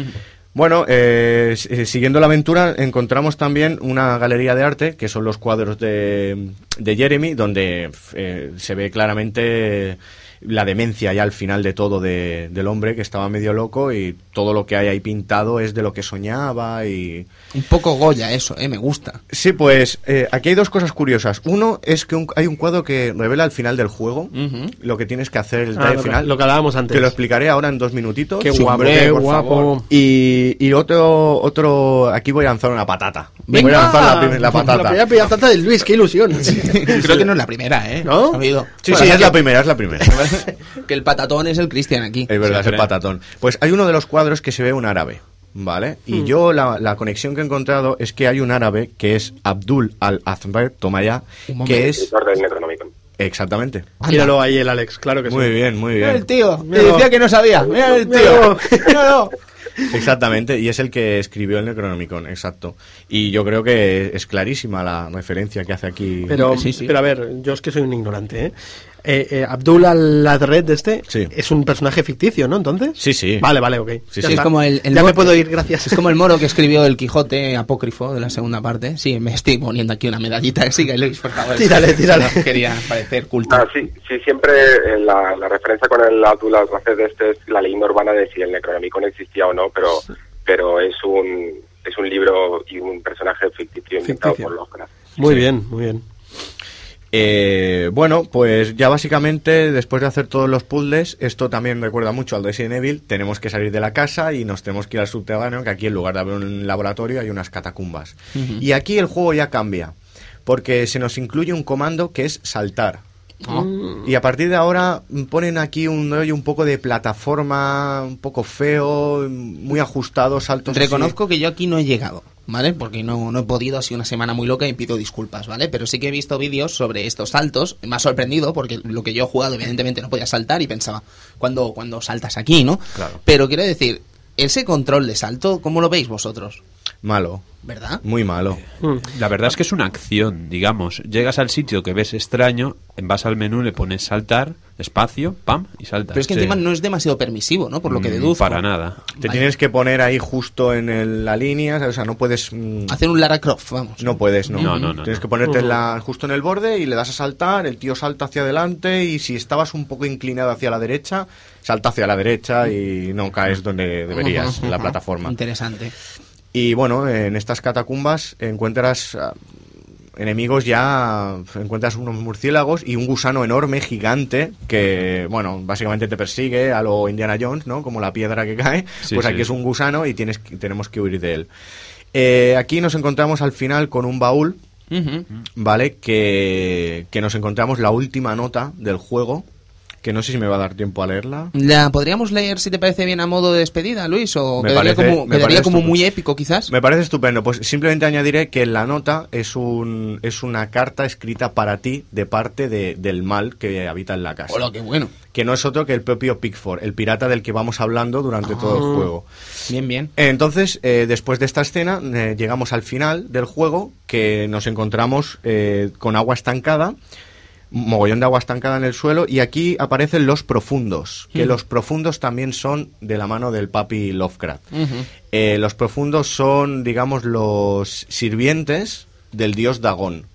Bueno, eh, s- eh, siguiendo la aventura encontramos también una galería de arte, que son los cuadros de, de Jeremy, donde eh, se ve claramente la demencia ya al final de todo de- del hombre, que estaba medio loco, y todo lo que hay ahí pintado es de lo que soñaba y... Un poco Goya eso, ¿eh? Me gusta. Sí, pues eh, aquí hay dos cosas curiosas. Uno es que un- hay un cuadro que revela al final del juego Ujú. lo que tienes que hacer el Ah, detalle lo, que, final. lo que hablábamos antes. Que lo explicaré ahora en dos minutitos. Qué Sí, guapo, hombre, qué por guapo. favor. Y, y otro, otro, aquí voy a lanzar una patata. Venga. Voy a lanzar la, prim- la La patata. primera patata de Luis, qué ilusión. Creo que no es la primera, ¿eh? ¿No? Ha habido. Sí, Bueno, sí, es que- la primera, es la primera. Que el patatón es el Cristian aquí. Es verdad, es el Siempre. patatón. Pues hay uno de los cuadros que se ve un árabe, ¿vale? Y yo la, la conexión que he encontrado es que hay un árabe que es Abdul al-Azmer, toma ya, Un momento. que es... Escritor del Necronomicon. Exactamente. Míralo ahí el Alex, claro que sí. Muy bien, muy Mira bien. el tío, te Míralo. decía que no sabía. Mira el tío. Míralo. Míralo. Exactamente, y es el que escribió el Necronomicon, exacto. Y yo creo que es clarísima la referencia que hace aquí. Pero, Sí, sí. pero a ver, yo es que soy un ignorante, ¿eh? Eh, eh, Abdul al-Adred este Sí. es un personaje ficticio, ¿no? Entonces. Sí, sí. Vale, vale, ok. Sí, Ya sí. Es está. como el, el ya mo- me puedo ir, gracias. Es como el moro que escribió el Quijote apócrifo de la segunda parte. Sí, me estoy poniendo aquí una medallita. Sigue, Luis, por favor. Tírale, tírale. No quería parecer culto. Ah, sí, sí, siempre eh, la, la referencia con el Abdul al-Raced de este es la leyenda urbana de si el Necronomicon existía o no, pero pero es un es un libro y un personaje ficticio inventado Ficticio. por Lovecraft. Muy Sí. bien, muy bien. Eh, bueno, pues ya básicamente después de hacer todos los puzzles, esto también recuerda mucho al Resident Evil, tenemos que salir de la casa y nos tenemos que ir al subterráneo, que aquí en lugar de haber un laboratorio hay unas catacumbas. Y aquí el juego ya cambia, porque se nos incluye un comando que es saltar. Y a partir de ahora mm, ponen aquí un rollo un poco de plataforma, un poco feo, muy ajustado, saltos así. Reconozco que yo aquí no he llegado, ¿vale? Porque no, no he podido, ha sido una semana muy loca y pido disculpas, ¿vale? Pero sí que he visto vídeos sobre estos saltos, me ha sorprendido porque lo que yo he jugado evidentemente no podía saltar y pensaba, ¿cuándo, cuándo saltas aquí, no? Claro. Pero quiero decir, ese control de salto, ¿cómo lo veis vosotros? Malo. ¿Verdad? Muy malo. La verdad es que es una acción, digamos. Llegas al sitio que ves extraño, vas al menú, le pones saltar, espacio, pam, y saltas. Pero es que Sí. encima no es demasiado permisivo, ¿no? Por lo que Mm, deduzco. Para nada. Te Vaya. tienes que poner ahí justo en el- la línea, o sea, no puedes... mm, Hacer un Lara Croft, vamos. No puedes, no. No, no, no, Tienes no. que ponerte en la, justo en el borde y le das a saltar, el tío salta hacia adelante y si estabas un poco inclinado hacia la derecha, salta hacia la derecha y no caes donde deberías, en la plataforma. Interesante. Y bueno, en estas catacumbas encuentras ah, enemigos ya, encuentras unos murciélagos y un gusano enorme, gigante, que, bueno, básicamente te persigue a lo Indiana Jones, ¿no? Como la piedra que cae. Sí, pues sí. aquí es un gusano y tienes, que- tenemos que huir de él. Eh, aquí nos encontramos al final con un baúl, Ujú. ¿vale? Que, que nos encontramos la última nota del juego, que no sé si me va a dar tiempo a leerla. ¿La podríamos leer, si te parece bien, a modo de despedida, Luis? ¿O Me quedaría, parece- como, me quedaría parece como estupendo. muy épico, quizás? Me parece estupendo. Pues simplemente añadiré que la nota es un es una carta escrita para ti de parte de, del mal que habita en la casa. Hola, qué bueno. Que no es otro que el propio Pickford, el pirata del que vamos hablando durante todo el juego. Bien, bien. Entonces, eh, después de esta escena, eh, llegamos al final del juego, que nos encontramos eh, con agua estancada, mogollón de agua estancada en el suelo, y aquí aparecen los profundos, que Mm. los profundos también son de la mano del papi Lovecraft. Ujú. Eh, los profundos son, digamos, los sirvientes del dios Dagón.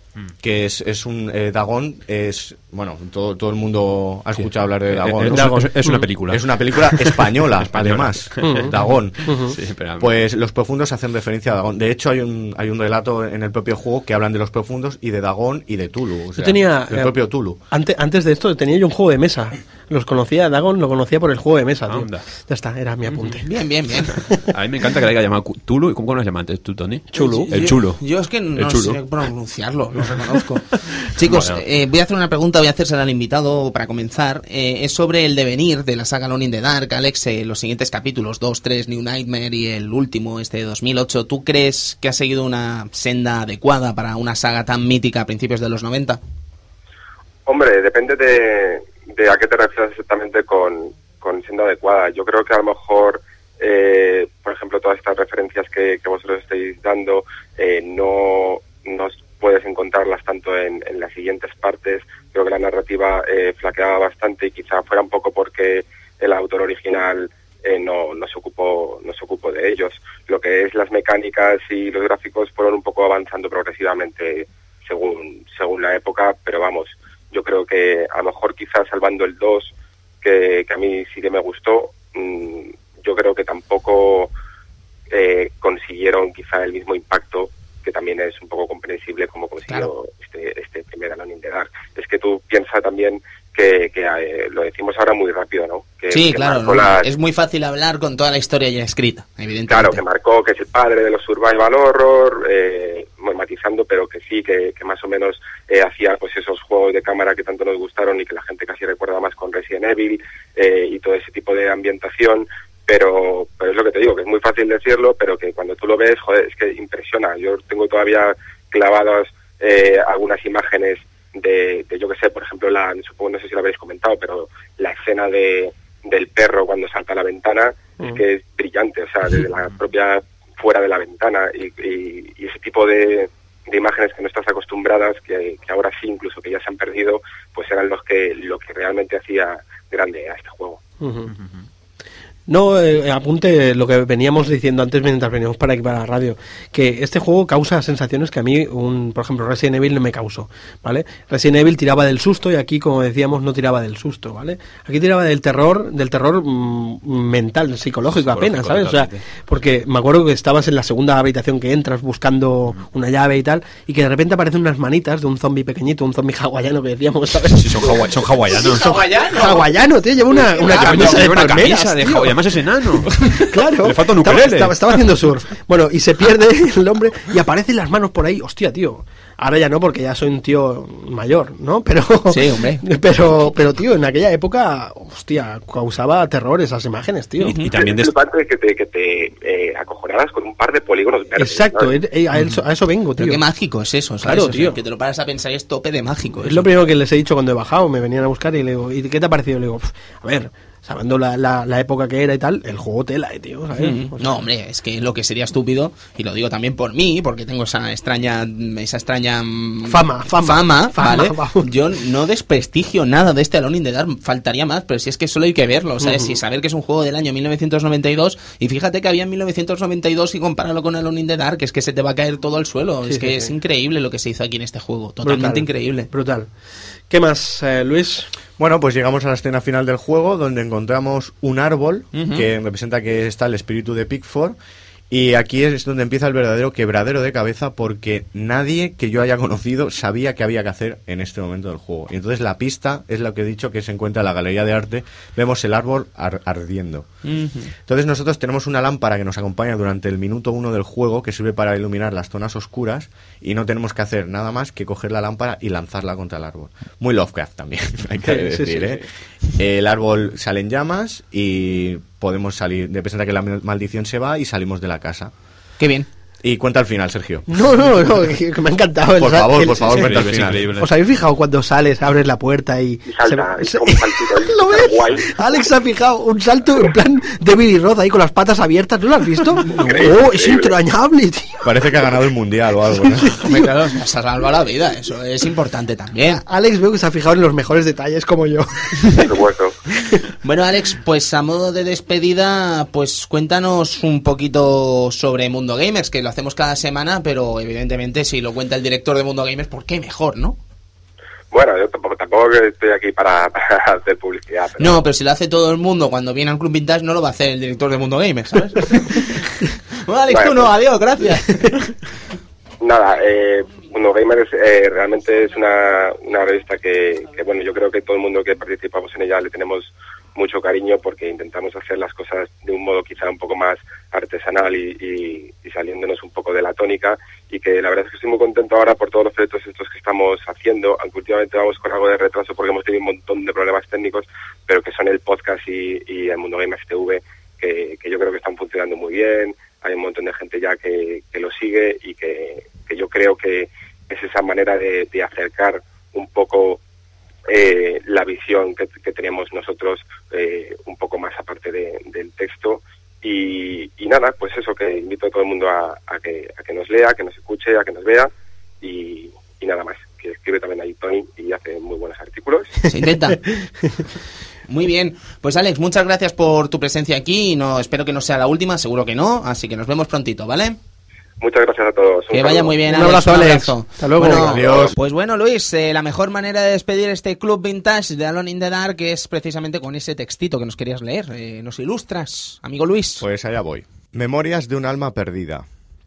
Que es, es un... eh, Dagón es... Bueno, todo, todo el mundo ha escuchado hablar de Eh, Dagón. eh, ¿no? es- Dagón. es, es una película. Es una película española, Española. además. Dagón. Sí, pero- Pues los profundos hacen referencia a Dagón. De hecho, hay un, hay un relato en el propio juego que hablan de los profundos y de Dagón y de Tulu. O sea, tenía, el eh, propio Tulu. Antes, antes de esto tenía yo un juego de mesa. Los conocía, Dagon lo conocía por el juego de mesa, tío. Anda. Ya está, era mi apunte. Bien, bien, bien. A mí me encanta que le haya llamado Cu- Tulu. ¿Y cómo lo has llamado antes tú, Tony? Chulu. El Yo- chulo. Yo es que no El chulo. sé pronunciarlo, lo reconozco. Chicos, Bueno. eh, voy a hacer una pregunta, voy a hacérsela al invitado para comenzar. Eh, es sobre el devenir de la saga Alone in the Dark. Alex, eh, los siguientes capítulos, dos, tres, New Nightmare y el último, este de dos mil ocho, ¿tú crees que ha seguido una senda adecuada para una saga tan mítica a principios de los noventa? Hombre, depende de, de a qué te refieres exactamente con, con siendo adecuada. Yo creo que a lo mejor, eh, por ejemplo, todas estas referencias que, que vosotros estáis dando, eh, no, no puedes encontrarlas tanto en, en las siguientes partes. Creo que la narrativa eh, flaqueaba bastante y quizá fuera un poco porque el autor original eh, no, no se ocupó no se ocupó de ellos. Lo que es las mecánicas y los gráficos fueron un poco avanzando progresivamente según según la época, pero vamos, yo creo que a lo mejor quizás salvando el dos, que, que a mí sí que me gustó, mmm, yo creo que tampoco eh, consiguieron quizá el mismo impacto, que también es un poco comprensible como consiguió Claro. este, este primer Alone in the Dark. Es que tú piensas también que, que eh, lo decimos ahora muy rápido, ¿no? Que, Sí, que claro, marcó ¿no? las- Es muy fácil hablar con toda la historia ya escrita, evidentemente. Claro, que marcó, que es el padre de los survival horror, eh, matizando, pero que sí, que, que más o menos eh, hacía pues esos juegos de cámara que tanto nos gustaron y que la gente casi recuerda más con Resident Evil eh, y todo ese tipo de ambientación, pero, pero es lo que te digo, que es muy fácil decirlo, pero que cuando tú lo ves, joder, es que impresiona. Yo tengo todavía clavadas eh, algunas imágenes de, de, yo que sé, por ejemplo, la supongo, no sé si lo habéis comentado, pero la escena de del perro cuando salta a la ventana, es que es brillante, o sea, desde la propia fuera de la ventana y, y, y ese tipo de, de imágenes que no estás acostumbradas, que, que ahora sí, incluso que ya se han perdido, pues eran los que lo que realmente hacía grande a este juego. Ujú. No, eh, apunte lo que veníamos diciendo antes mientras veníamos para aquí para la radio, que este juego causa sensaciones que a mí, un, por ejemplo, Resident Evil no me causó, ¿vale? Resident Evil tiraba del susto y aquí, como decíamos, no tiraba del susto, ¿vale? Aquí tiraba del terror, del terror mm, mental, psicológico, apenas, ¿sabes? O sea, totalmente. porque me acuerdo que estabas en la segunda habitación que entras buscando una llave y tal, y que de repente aparecen unas manitas de un zombie pequeñito, un zombie hawaiano que decíamos, ¿sabes? Sí, son, hawai- son hawaianos. Hawaiano, tío, lleva una, una Claro, camisa de lleva una palmeras, camisa de tío. Hawái, además es enano. Claro, Le falta un estaba, ukelele. estaba- estaba haciendo surf. Bueno, y se pierde el hombre y aparecen las manos por ahí. Hostia, tío. Ahora ya no, porque ya soy un tío mayor, ¿no? Pero, Sí, hombre. Pero, pero tío, en aquella época, hostia, causaba terror esas imágenes, tío. Y, y también de es esto- el parte que te, que te eh, acojonaras con un par de polígonos verdes. Exacto, ¿sabes? eh, eh, a, eso, a eso vengo, tío. Pero qué mágico es eso, ¿sabes? Claro, O sea, tío. que te lo paras a pensar y es tope de mágico. Es eso. lo primero que les he dicho cuando he bajado. Me venían a buscar y le digo, ¿y qué te ha parecido? Le digo, "Pf, a ver, sabiendo la, la, la época que era y tal, el juego tela, eh, tío, ¿sabes? Mm, O sea, no, hombre, es que lo que sería estúpido, y lo digo también por mí, porque tengo esa extraña, esa extraña mm, Fama, fama, fama, fama, ¿vale? vamos. Yo no desprestigio nada de este Alone in the Dark, faltaría más, pero si es que solo hay que verlo, ¿sabes? Uh-huh. Y saber que es un juego del año mil novecientos noventa y dos, y fíjate que había en mil novecientos noventa y dos y compáralo con Alone in the Dark, es que se te va a caer todo al suelo, Sí, es que sí, es sí. increíble lo que se hizo aquí en este juego, totalmente Brutal. increíble. Brutal. ¿Qué más, eh, Luis? Bueno, pues llegamos a la escena final del juego, donde encontramos un árbol Ujú. que representa que está el espíritu de Pickford. Y aquí es donde empieza el verdadero quebradero de cabeza, porque nadie que yo haya conocido sabía qué había que hacer en este momento del juego. Y entonces la pista es lo que he dicho, que se encuentra en la galería de arte. Vemos el árbol ar- ardiendo. Ujú. Entonces nosotros tenemos una lámpara que nos acompaña durante el minuto uno del juego, que sirve para iluminar las zonas oscuras, y no tenemos que hacer nada más que coger la lámpara y lanzarla contra el árbol. Muy Lovecraft también, hay que Sí, sí, decir, sí, ¿eh? El árbol sale en llamas y podemos salir, representa que la maldición se va y salimos de la casa. Qué bien. Y cuenta el final, Sergio. No, no, no, que que me ha encantado. el Por sa- favor, el- por favor, el- cuenta el Es final. increíble. ¿Os habéis fijado cuando sales, abres la puerta y... Y salta, se- y como un saltito ahí, ¿Lo súper ves? guay. Alex se ha fijado, un salto en plan de Billy Roth ahí con las patas abiertas, ¿no lo has visto? Increíble, ¡Oh, es increíble. entrañable, tío! Parece que ha ganado el mundial o algo, ¿no? Hombre, claro, se ha salvado la vida, eso es importante también. Alex veo que se ha fijado en los mejores detalles como yo. Por supuesto. Bueno, Alex, pues a modo de despedida, pues cuéntanos un poquito sobre Mundo Gamers, que lo hacemos cada semana, pero evidentemente si lo cuenta el director de Mundo Gamers, ¿por qué mejor, no? Bueno, yo tampoco, tampoco que estoy aquí para, para hacer publicidad. Pero No, pero si lo hace todo el mundo cuando viene al Club Vintage, no lo va a hacer el director de Mundo Gamers, ¿sabes? Bueno, Alex, tú Bueno, no, pues- adiós, gracias. Nada, eh, Mundo Gamers eh, realmente es una, una revista que, que, bueno, yo creo que todo el mundo que participamos en ella le tenemos mucho cariño, porque intentamos hacer las cosas de un modo quizá un poco más artesanal y, y, y saliéndonos un poco de la tónica, y que la verdad es que estoy muy contento ahora por todos los proyectos estos que estamos haciendo, aunque últimamente vamos con algo de retraso porque hemos tenido un montón de problemas técnicos, pero que son el podcast y, y el Mundo Gamers T V, que, que yo creo que están funcionando muy bien. Hay un montón de gente ya que, que lo sigue, y que, que yo creo que es esa manera de, de acercar un poco eh, la visión que, que teníamos nosotros, eh, un poco más aparte de, del texto. Y, y nada, pues eso, que invito a todo el mundo a, a, que, a que nos lea, a que nos escuche, a que nos vea, y, y nada más. Que escribe también ahí Tony y hace muy buenos artículos. Se intenta. Muy bien, pues Alex, muchas gracias por tu presencia aquí, y no espero que no sea la última, seguro que no, así que nos vemos prontito, ¿vale? Muchas gracias a todos. Un Que vaya saludo. muy bien, Un Alex. abrazo, un Alex. abrazo. Hasta luego. Bueno, Adiós. Pues bueno, Luis, eh, la mejor manera de despedir este Club Vintage de Alone in the Dark es precisamente con ese textito que nos querías leer. Eh, ¿Nos ilustras, amigo Luis? Pues allá voy. Memorias de un alma perdida.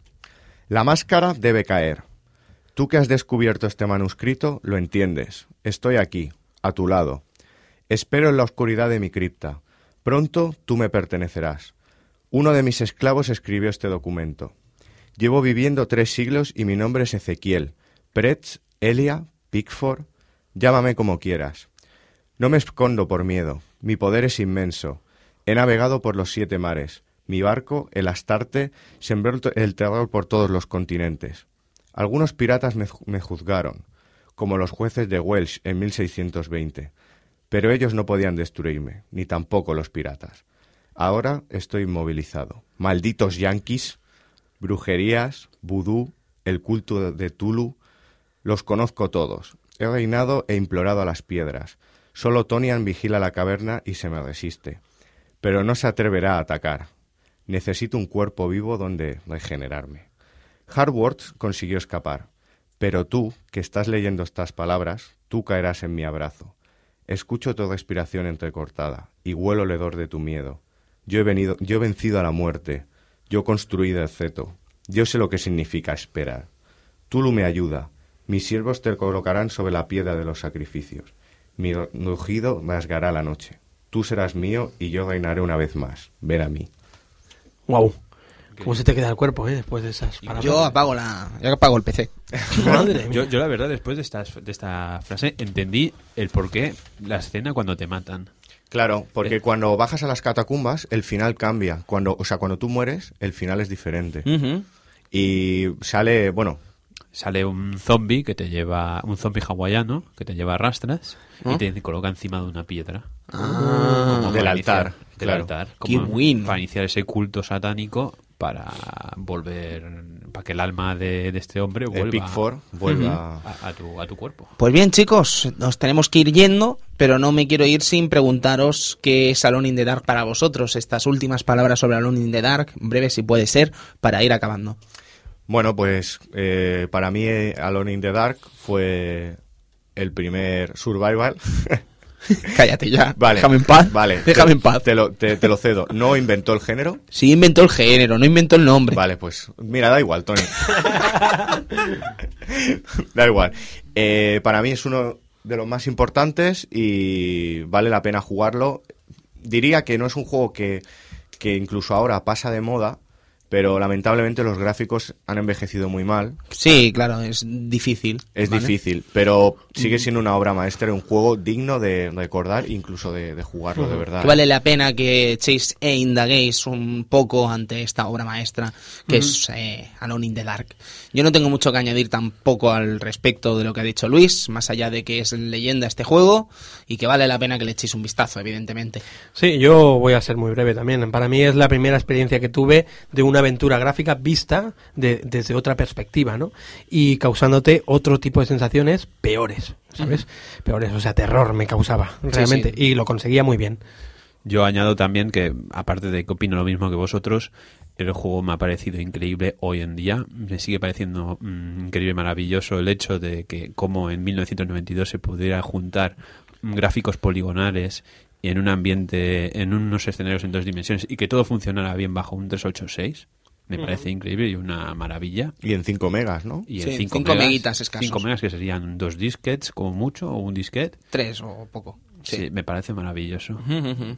La máscara debe caer. Tú que has descubierto este manuscrito, lo entiendes. Estoy aquí, a tu lado. Espero en la oscuridad de mi cripta. Pronto tú me pertenecerás. Uno de mis esclavos escribió este documento. Llevo viviendo tres siglos y mi nombre es Ezequiel. Pretz, Elia, Pickford, llámame como quieras. No me escondo por miedo. Mi poder es inmenso. He navegado por los siete mares. Mi barco, el Astarte, sembró el, el terror por todos los continentes. Algunos piratas me, me juzgaron, como los jueces de Welsh en mil seiscientos veinte, pero ellos no podían destruirme, ni tampoco los piratas. Ahora estoy inmovilizado. Malditos yanquis, brujerías, vudú, el culto de Tulu, los conozco todos. He reinado e implorado a las piedras. Solo Tonian vigila la caverna y se me resiste, pero no se atreverá a atacar. Necesito un cuerpo vivo donde regenerarme. Hardworth consiguió escapar, pero tú, que estás leyendo estas palabras, tú caerás en mi abrazo. Escucho tu respiración entrecortada y huelo el hedor de tu miedo. Yo he venido, yo he vencido a la muerte. Yo construí el ceto. Yo sé lo que significa esperar. Tulu me ayuda. Mis siervos te colocarán sobre la piedra de los sacrificios. Mi rugido rasgará la noche. Tú serás mío y yo reinaré una vez más. Ven a mí. Wow. ¿Cómo se te queda el cuerpo, eh? Después de esas palabras. Yo apago la, yo apago el P C. Madre mía. Yo, yo la verdad, después de, estas, de esta frase, entendí el porqué la escena cuando te matan. Claro, porque cuando bajas a las catacumbas, el final cambia. Cuando, o sea, cuando tú mueres, el final es diferente. Ujú. Y sale, bueno, sale un zombie que te lleva, un zombie hawaiano que te lleva a rastras ¿Ah? y te coloca encima de una piedra. Ah, Como del para altar, iniciar- del claro. altar. Qué Como bueno. para iniciar ese culto satánico para volver, para que el alma de, de este hombre El vuelva Big Four vuelva a, a tu, a tu cuerpo. Pues bien, chicos, nos tenemos que ir yendo, pero no me quiero ir sin preguntaros qué es Alone in the Dark para vosotros. Estas últimas palabras sobre Alone in the Dark, breve si puede ser, para ir acabando. Bueno, pues eh, para mí eh, Alone in the Dark fue el primer survival. Cállate ya, Vale, déjame en paz. Vale, déjame te, en paz. Te lo, te, te lo cedo. No inventó el género. Sí inventó el género, no inventó el nombre. Vale, pues mira, da igual, Tony. Da igual. Eh, para mí es uno de los más importantes y vale la pena jugarlo. Diría que no es un juego que, que incluso ahora pasa de moda, pero lamentablemente los gráficos han envejecido muy mal. Sí, claro, es difícil. Es ¿vale? difícil, pero sigue siendo una obra maestra, un juego digno de recordar, incluso de, de jugarlo, de verdad. Que vale la pena que echéis e indaguéis un poco ante esta obra maestra que uh-huh. es eh, Alone in the Dark. Yo no tengo mucho que añadir tampoco al respecto de lo que ha dicho Luis, más allá de que es leyenda este juego y que vale la pena que le echéis un vistazo, evidentemente. Sí, yo voy a ser muy breve también. Para mí es la primera experiencia que tuve de una aventura gráfica vista de, desde otra perspectiva, ¿no? Y causándote otro tipo de sensaciones peores, ¿sabes? Uh-huh. Peores, o sea, terror me causaba, realmente, sí, sí. Y lo conseguía muy bien. Yo añado también que, aparte de que opino lo mismo que vosotros, el juego me ha parecido increíble hoy en día. Me sigue pareciendo mmm, increíble, maravilloso el hecho de que como en mil novecientos noventa y dos se pudiera juntar gráficos poligonales en un ambiente, en unos escenarios en dos dimensiones y que todo funcionara bien bajo un tres ochenta y seis. Me uh-huh. parece increíble y una maravilla. Y en cinco megas, ¿no? Y sí, en cinco megitas escasos. cinco megas que serían dos disquets como mucho, o un disquete. Tres o poco. Sí, sí me parece maravilloso. Uh-huh.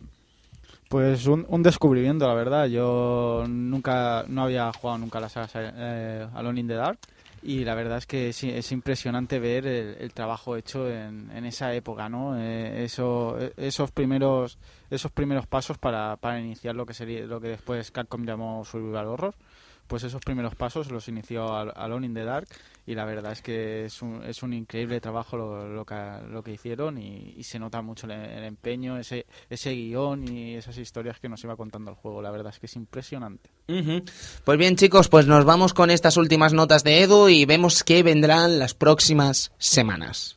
Pues un, un descubrimiento, la verdad. Yo nunca, no había jugado nunca la saga eh, Alone in the Dark. Y la verdad es que es, es impresionante ver el, el trabajo hecho en, en esa época, ¿no? Eh, eso, esos primeros esos primeros pasos para, para iniciar lo que sería lo que después Capcom llamó Survival Horror, pues esos primeros pasos los inició Alone in the Dark y la verdad es que es un, es un increíble trabajo lo, lo, que, lo que hicieron y, y se nota mucho el, el empeño, ese ese guión y esas historias que nos iba contando el juego. La verdad es que es impresionante. Uh-huh. Pues bien, chicos, pues nos vamos con estas últimas notas de Edu y vemos qué vendrán las próximas semanas.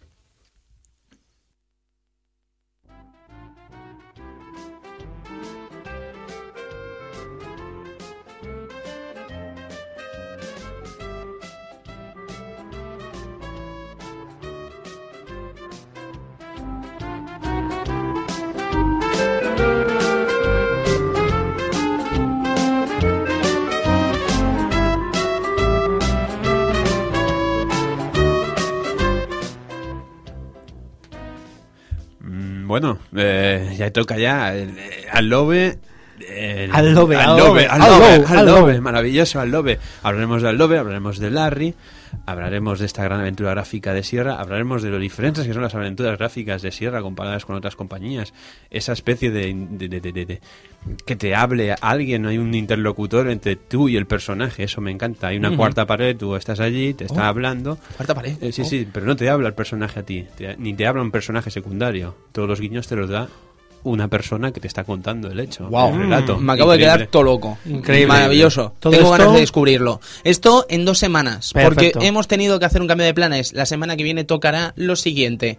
Bueno, eh, ya toca ya el, el, al Lobe. El, al Lobe, al Lobe, al Lobe, al Lobe, maravilloso, al Lobe. Hablaremos del Lobe, hablaremos de Larry, hablaremos de esta gran aventura gráfica de Sierra, hablaremos de lo diferentes que son las aventuras gráficas de Sierra comparadas con otras compañías. Esa especie de, de, de, de, de, de que te hable a alguien, hay un interlocutor entre tú y el personaje, eso me encanta. Hay una uh-huh. cuarta pared, tú estás allí, te está oh. hablando. ¿Cuarta pared? Eh, sí, oh. sí, pero no te habla el personaje a ti, te, ni te habla un personaje secundario. Todos los guiños te los da una persona que te está contando el hecho, wow. el relato. Mm, me acabo Increíble. de quedar todo loco. Increíble. Maravilloso. ¿Todo Tengo esto? ganas de descubrirlo. Esto en dos semanas. Perfecto. Porque hemos tenido que hacer un cambio de planes. La semana que viene tocará lo siguiente.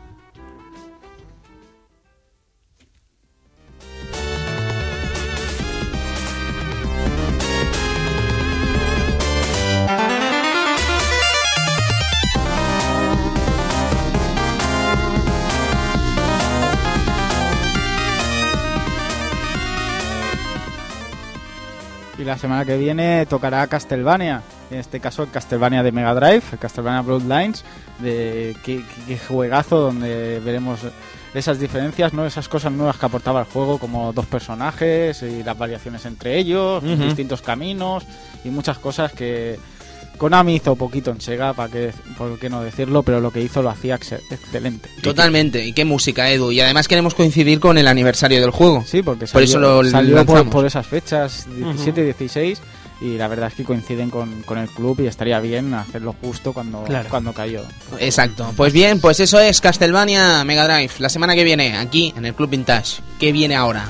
Y la semana que viene tocará Castlevania, en este caso el Castlevania de Mega Drive, el Castlevania Bloodlines, de qué, qué juegazo donde veremos esas diferencias, no esas cosas nuevas que aportaba el juego, como dos personajes y las variaciones entre ellos, uh-huh. distintos caminos y muchas cosas que Konami hizo poquito en Sega, para qué, por qué no decirlo, pero lo que hizo lo hacía ex- excelente. Totalmente, y qué música, Edu. Y además queremos coincidir con el aniversario del juego. Sí, porque por salió, eso lo salió por, lanzamos. por esas fechas, diecisiete y uh-huh. dieciséis, y la verdad es que coinciden con, con el club y estaría bien hacerlo justo cuando, claro. cuando cayó. Exacto. Pues bien, pues eso es Castlevania Mega Drive. La semana que viene, aquí en el Club Vintage. ¿Qué viene ahora?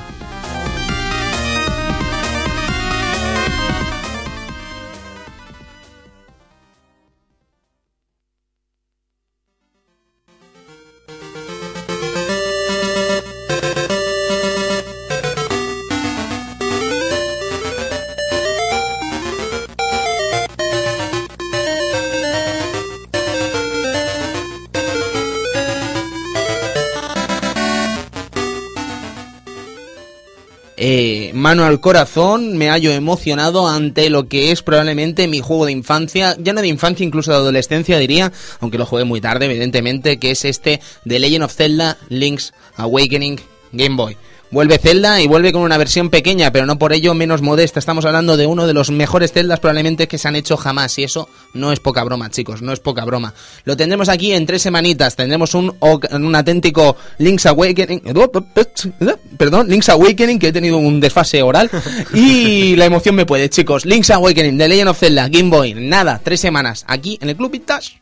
Eh, mano al corazón, me hallo emocionado ante lo que es probablemente mi juego de infancia, ya no de infancia, incluso de adolescencia diría, aunque lo jugué muy tarde evidentemente, que es este The Legend of Zelda Link's Awakening Game Boy. Vuelve Zelda y vuelve con una versión pequeña, pero no por ello menos modesta. Estamos hablando de uno de los mejores Zeldas probablemente que se han hecho jamás. Y eso no es poca broma, chicos, no es poca broma. Lo tendremos aquí en tres semanitas. Tendremos un, un auténtico Link's Awakening... Perdón, Link's Awakening, que he tenido un desfase oral. Y la emoción me puede, chicos. Link's Awakening, The Legend of Zelda, Game Boy. Nada, tres semanas. Aquí en el Club Vintage.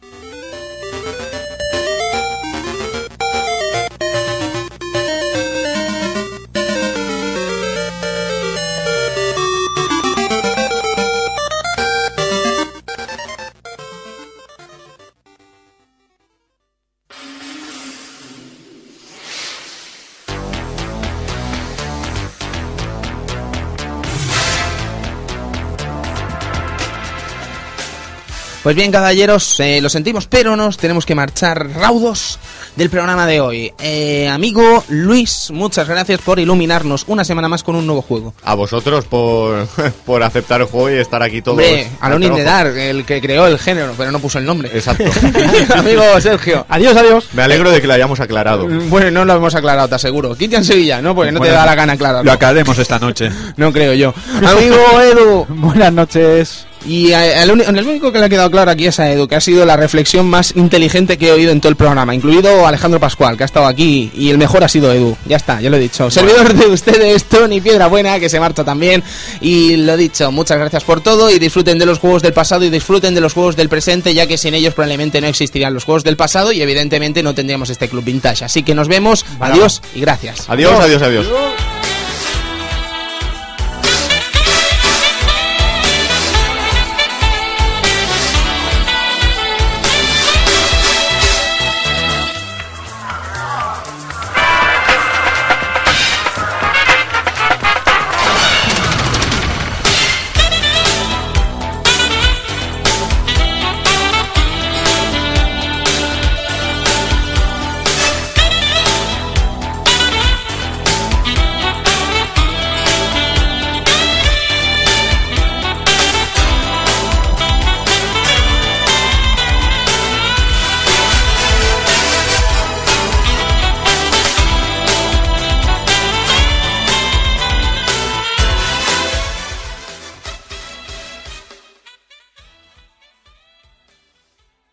Pues bien, caballeros, eh, lo sentimos, pero nos tenemos que marchar raudos del programa de hoy. Eh, amigo Luis, muchas gracias por iluminarnos una semana más con un nuevo juego. A vosotros por, por aceptar el juego y estar aquí todos. Hombre, Alone in the Dark, el que creó el género, pero no puso el nombre. Exacto. Amigo Sergio. Adiós, adiós. Me alegro de que lo hayamos aclarado. Bueno, no lo hemos aclarado, te aseguro. Cristian Sevilla, ¿no? Porque no bueno, te da la gana aclararlo. Lo aclaremos esta noche. No creo yo. Amigo Edu. Buenas noches. Y el único que le ha quedado claro aquí es a Edu, que ha sido la reflexión más inteligente que he oído en todo el programa, incluido Alejandro Pascual, que ha estado aquí, y el mejor ha sido Edu. Ya está, ya lo he dicho. Bueno. Servidor de ustedes, Tony Piedra Buena, que se marcha también. Y lo dicho, muchas gracias por todo, y disfruten de los juegos del pasado y disfruten de los juegos del presente, ya que sin ellos probablemente no existirían los juegos del pasado y evidentemente no tendríamos este Club Vintage. Así que nos vemos, vale. Adiós y gracias. Adiós, adiós, adiós. adiós.